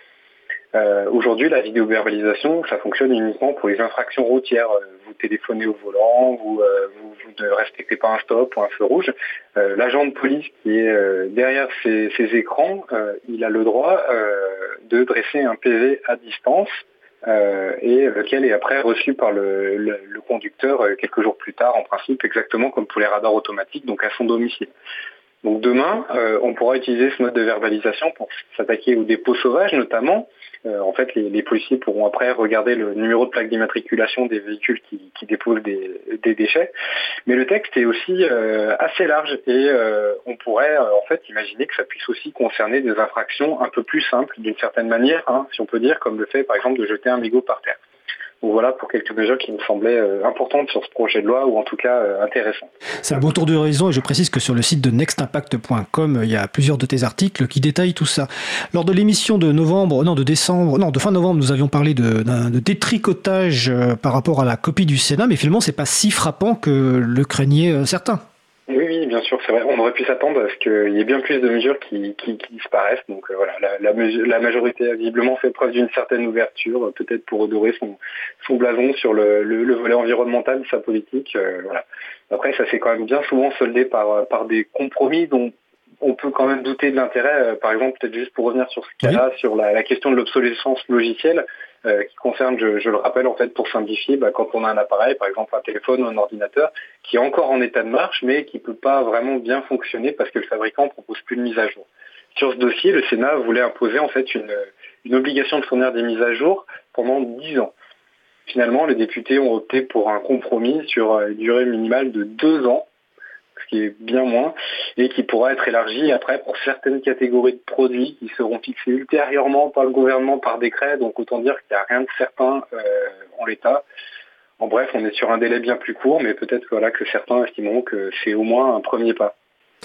Euh, aujourd'hui, la vidéo-verbalisation, ça fonctionne uniquement pour les infractions routières. Euh, vous téléphonez au volant, vous, euh, vous, vous ne respectez pas un stop ou un feu rouge. Euh, l'agent de police qui est euh, derrière ces, ces écrans, euh, il a le droit euh, de dresser un P V à distance euh, et lequel est après reçu par le, le, le conducteur euh, quelques jours plus tard, en principe, exactement comme pour les radars automatiques, donc à son domicile. Donc demain, euh, on pourra utiliser ce mode de verbalisation pour s'attaquer aux dépôts sauvages notamment. Euh, en fait, les, les policiers pourront après regarder le numéro de plaque d'immatriculation des véhicules qui, qui déposent des, des déchets. Mais le texte est aussi euh, assez large et euh, on pourrait euh, en fait imaginer que ça puisse aussi concerner des infractions un peu plus simples d'une certaine manière, hein, si on peut dire, comme le fait par exemple de jeter un mégot par terre. Donc voilà pour quelques mesures qui me semblaient euh, importantes sur ce projet de loi, ou en tout cas euh, intéressantes. C'est un bon tour d'horizon et je précise que sur le site de next impact point com, il y a plusieurs de tes articles qui détaillent tout ça. Lors de l'émission de novembre, non de décembre, non de fin novembre, nous avions parlé de, d'un, de détricotage euh, par rapport à la copie du Sénat, mais finalement c'est pas si frappant que le craignaient euh, certains. Oui, oui, bien sûr, c'est vrai. On aurait pu s'attendre à ce qu'il y ait bien plus de mesures qui, qui, qui disparaissent. Donc euh, voilà, la, la, mesure, la majorité a visiblement fait preuve d'une certaine ouverture, euh, peut-être pour redorer son, son blason sur le, le, le volet environnemental de sa politique. Euh, voilà. Après, ça s'est quand même bien souvent soldé par, par des compromis dont on peut quand même douter de l'intérêt. Euh, par exemple, peut-être juste pour revenir sur ce cas-là, oui. sur la, la question de l'obsolescence logicielle, Euh, qui concerne, je, je le rappelle en fait pour simplifier, bah, quand on a un appareil, par exemple un téléphone ou un ordinateur, qui est encore en état de marche, mais qui peut pas vraiment bien fonctionner parce que le fabricant ne propose plus de mise à jour. Sur ce dossier, le Sénat voulait imposer en fait une, une obligation de fournir des mises à jour pendant dix ans. Finalement, les députés ont opté pour un compromis sur une durée minimale de deux ans, ce qui est bien moins, et qui pourra être élargi après pour certaines catégories de produits qui seront fixés ultérieurement par le gouvernement par décret, donc autant dire qu'il n'y a rien de certain euh, en l'état. En bref, on est sur un délai bien plus court, mais peut-être voilà, que certains estimeront que c'est au moins un premier pas.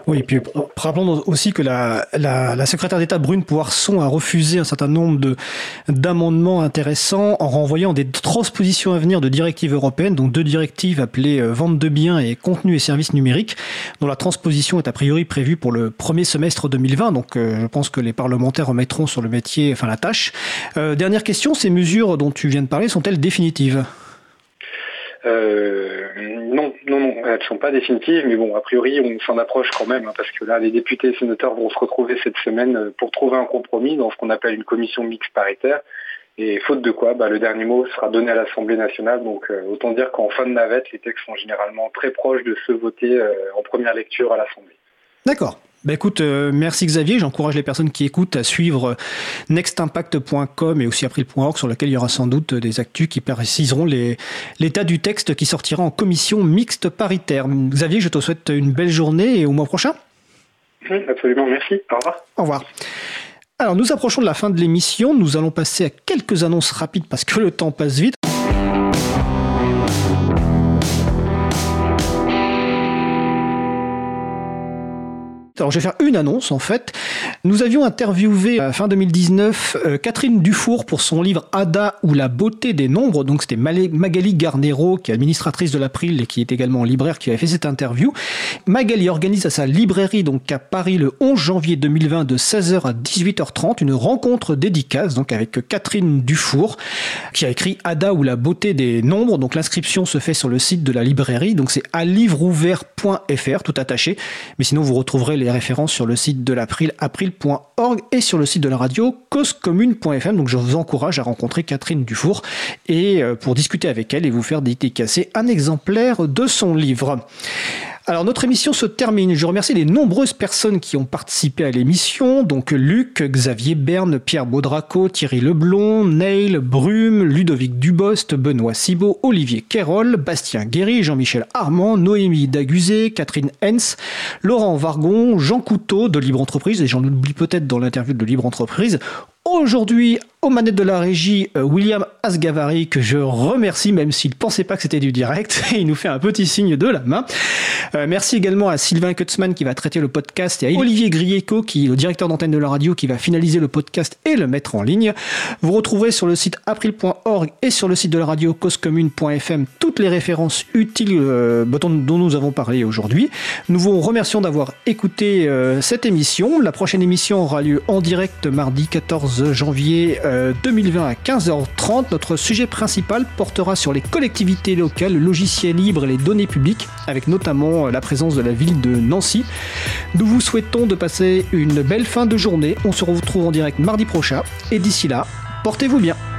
Oui, et puis rappelons aussi que la, la, la secrétaire d'État Brune Poirson a refusé un certain nombre de, d'amendements intéressants en renvoyant des transpositions à venir de directives européennes, donc deux directives appelées euh, vente de biens et contenus et services numériques, dont la transposition est a priori prévue pour le premier semestre deux mille vingt. Donc euh, je pense que les parlementaires remettront sur le métier, enfin la tâche. Euh, dernière question, ces mesures dont tu viens de parler sont-elles définitives ? Euh, non, non, non, elles ne sont pas définitives, mais bon, a priori, on s'en approche quand même, hein, parce que là, les députés et sénateurs vont se retrouver cette semaine pour trouver un compromis dans ce qu'on appelle une commission mixte paritaire, et faute de quoi, bah, le dernier mot sera donné à l'Assemblée nationale, donc euh, autant dire qu'en fin de navette, les textes sont généralement très proches de se voter euh, en première lecture à l'Assemblée. D'accord. Bah écoute, euh, merci Xavier, j'encourage les personnes qui écoutent à suivre next impact point com et aussi april point org sur lequel il y aura sans doute des actus qui préciseront les, l'état du texte qui sortira en commission mixte paritaire. Xavier, je te souhaite une belle journée et au mois prochain. Absolument, merci, au revoir. Au revoir. Alors nous approchons de la fin de l'émission, nous allons passer à quelques annonces rapides parce que le temps passe vite. Alors je vais faire une annonce en fait. Nous avions interviewé à fin deux mille dix-neuf euh, Catherine Dufour pour son livre Ada ou la beauté des nombres. Donc c'était Magali Garnero qui est administratrice de l'April et qui est également libraire qui avait fait cette interview. Magali organise à sa librairie donc à Paris le onze janvier deux mille vingt de seize heures à dix-huit heures trente une rencontre dédicace donc avec Catherine Dufour qui a écrit Ada ou la beauté des nombres. Donc l'inscription se fait sur le site de la librairie. Donc c'est à livre ouvert point f r tout attaché. Mais sinon vous retrouverez les références sur le site de l'April, april point org et sur le site de la radio, cause commune point f m. Donc je vous encourage à rencontrer Catherine Dufour et euh, pour discuter avec elle et vous faire dédicacer un exemplaire de son livre. Alors notre émission se termine. Je remercie les nombreuses personnes qui ont participé à l'émission. Donc Luc, Xavier Berne, Pierre Baudraco, Thierry Leblond, Neil, Brume, Ludovic Dubost, Benoît Cibot, Olivier Quérol, Bastien Guéry, Jean-Michel Armand, Noémie Daguzé, Catherine Hens, Laurent Vargon, Jean Couteau de Libre Entreprise, et j'en oublie peut-être dans l'interview de Libre Entreprise. Aujourd'hui, aux manettes de la régie, William Asgavari, que je remercie, même s'il ne pensait pas que c'était du direct, et il nous fait un petit signe de la main. Euh, merci également à Sylvain Kutzmann qui va traiter le podcast, et à Olivier Grieco, qui est le directeur d'antenne de la radio, qui va finaliser le podcast et le mettre en ligne. Vous retrouverez sur le site april point org et sur le site de la radio cause commune point f m toutes les références utiles euh, dont nous avons parlé aujourd'hui. Nous vous remercions d'avoir écouté euh, cette émission. La prochaine émission aura lieu en direct mardi quatorze janvier euh, deux mille vingt à quinze heures trente. Notre sujet principal portera sur les collectivités locales, le logiciel libre et les données publiques, avec notamment euh, la présence de la ville de Nancy. Nous vous souhaitons de passer une belle fin de journée. On se retrouve en direct mardi prochain et d'ici là, portez-vous bien.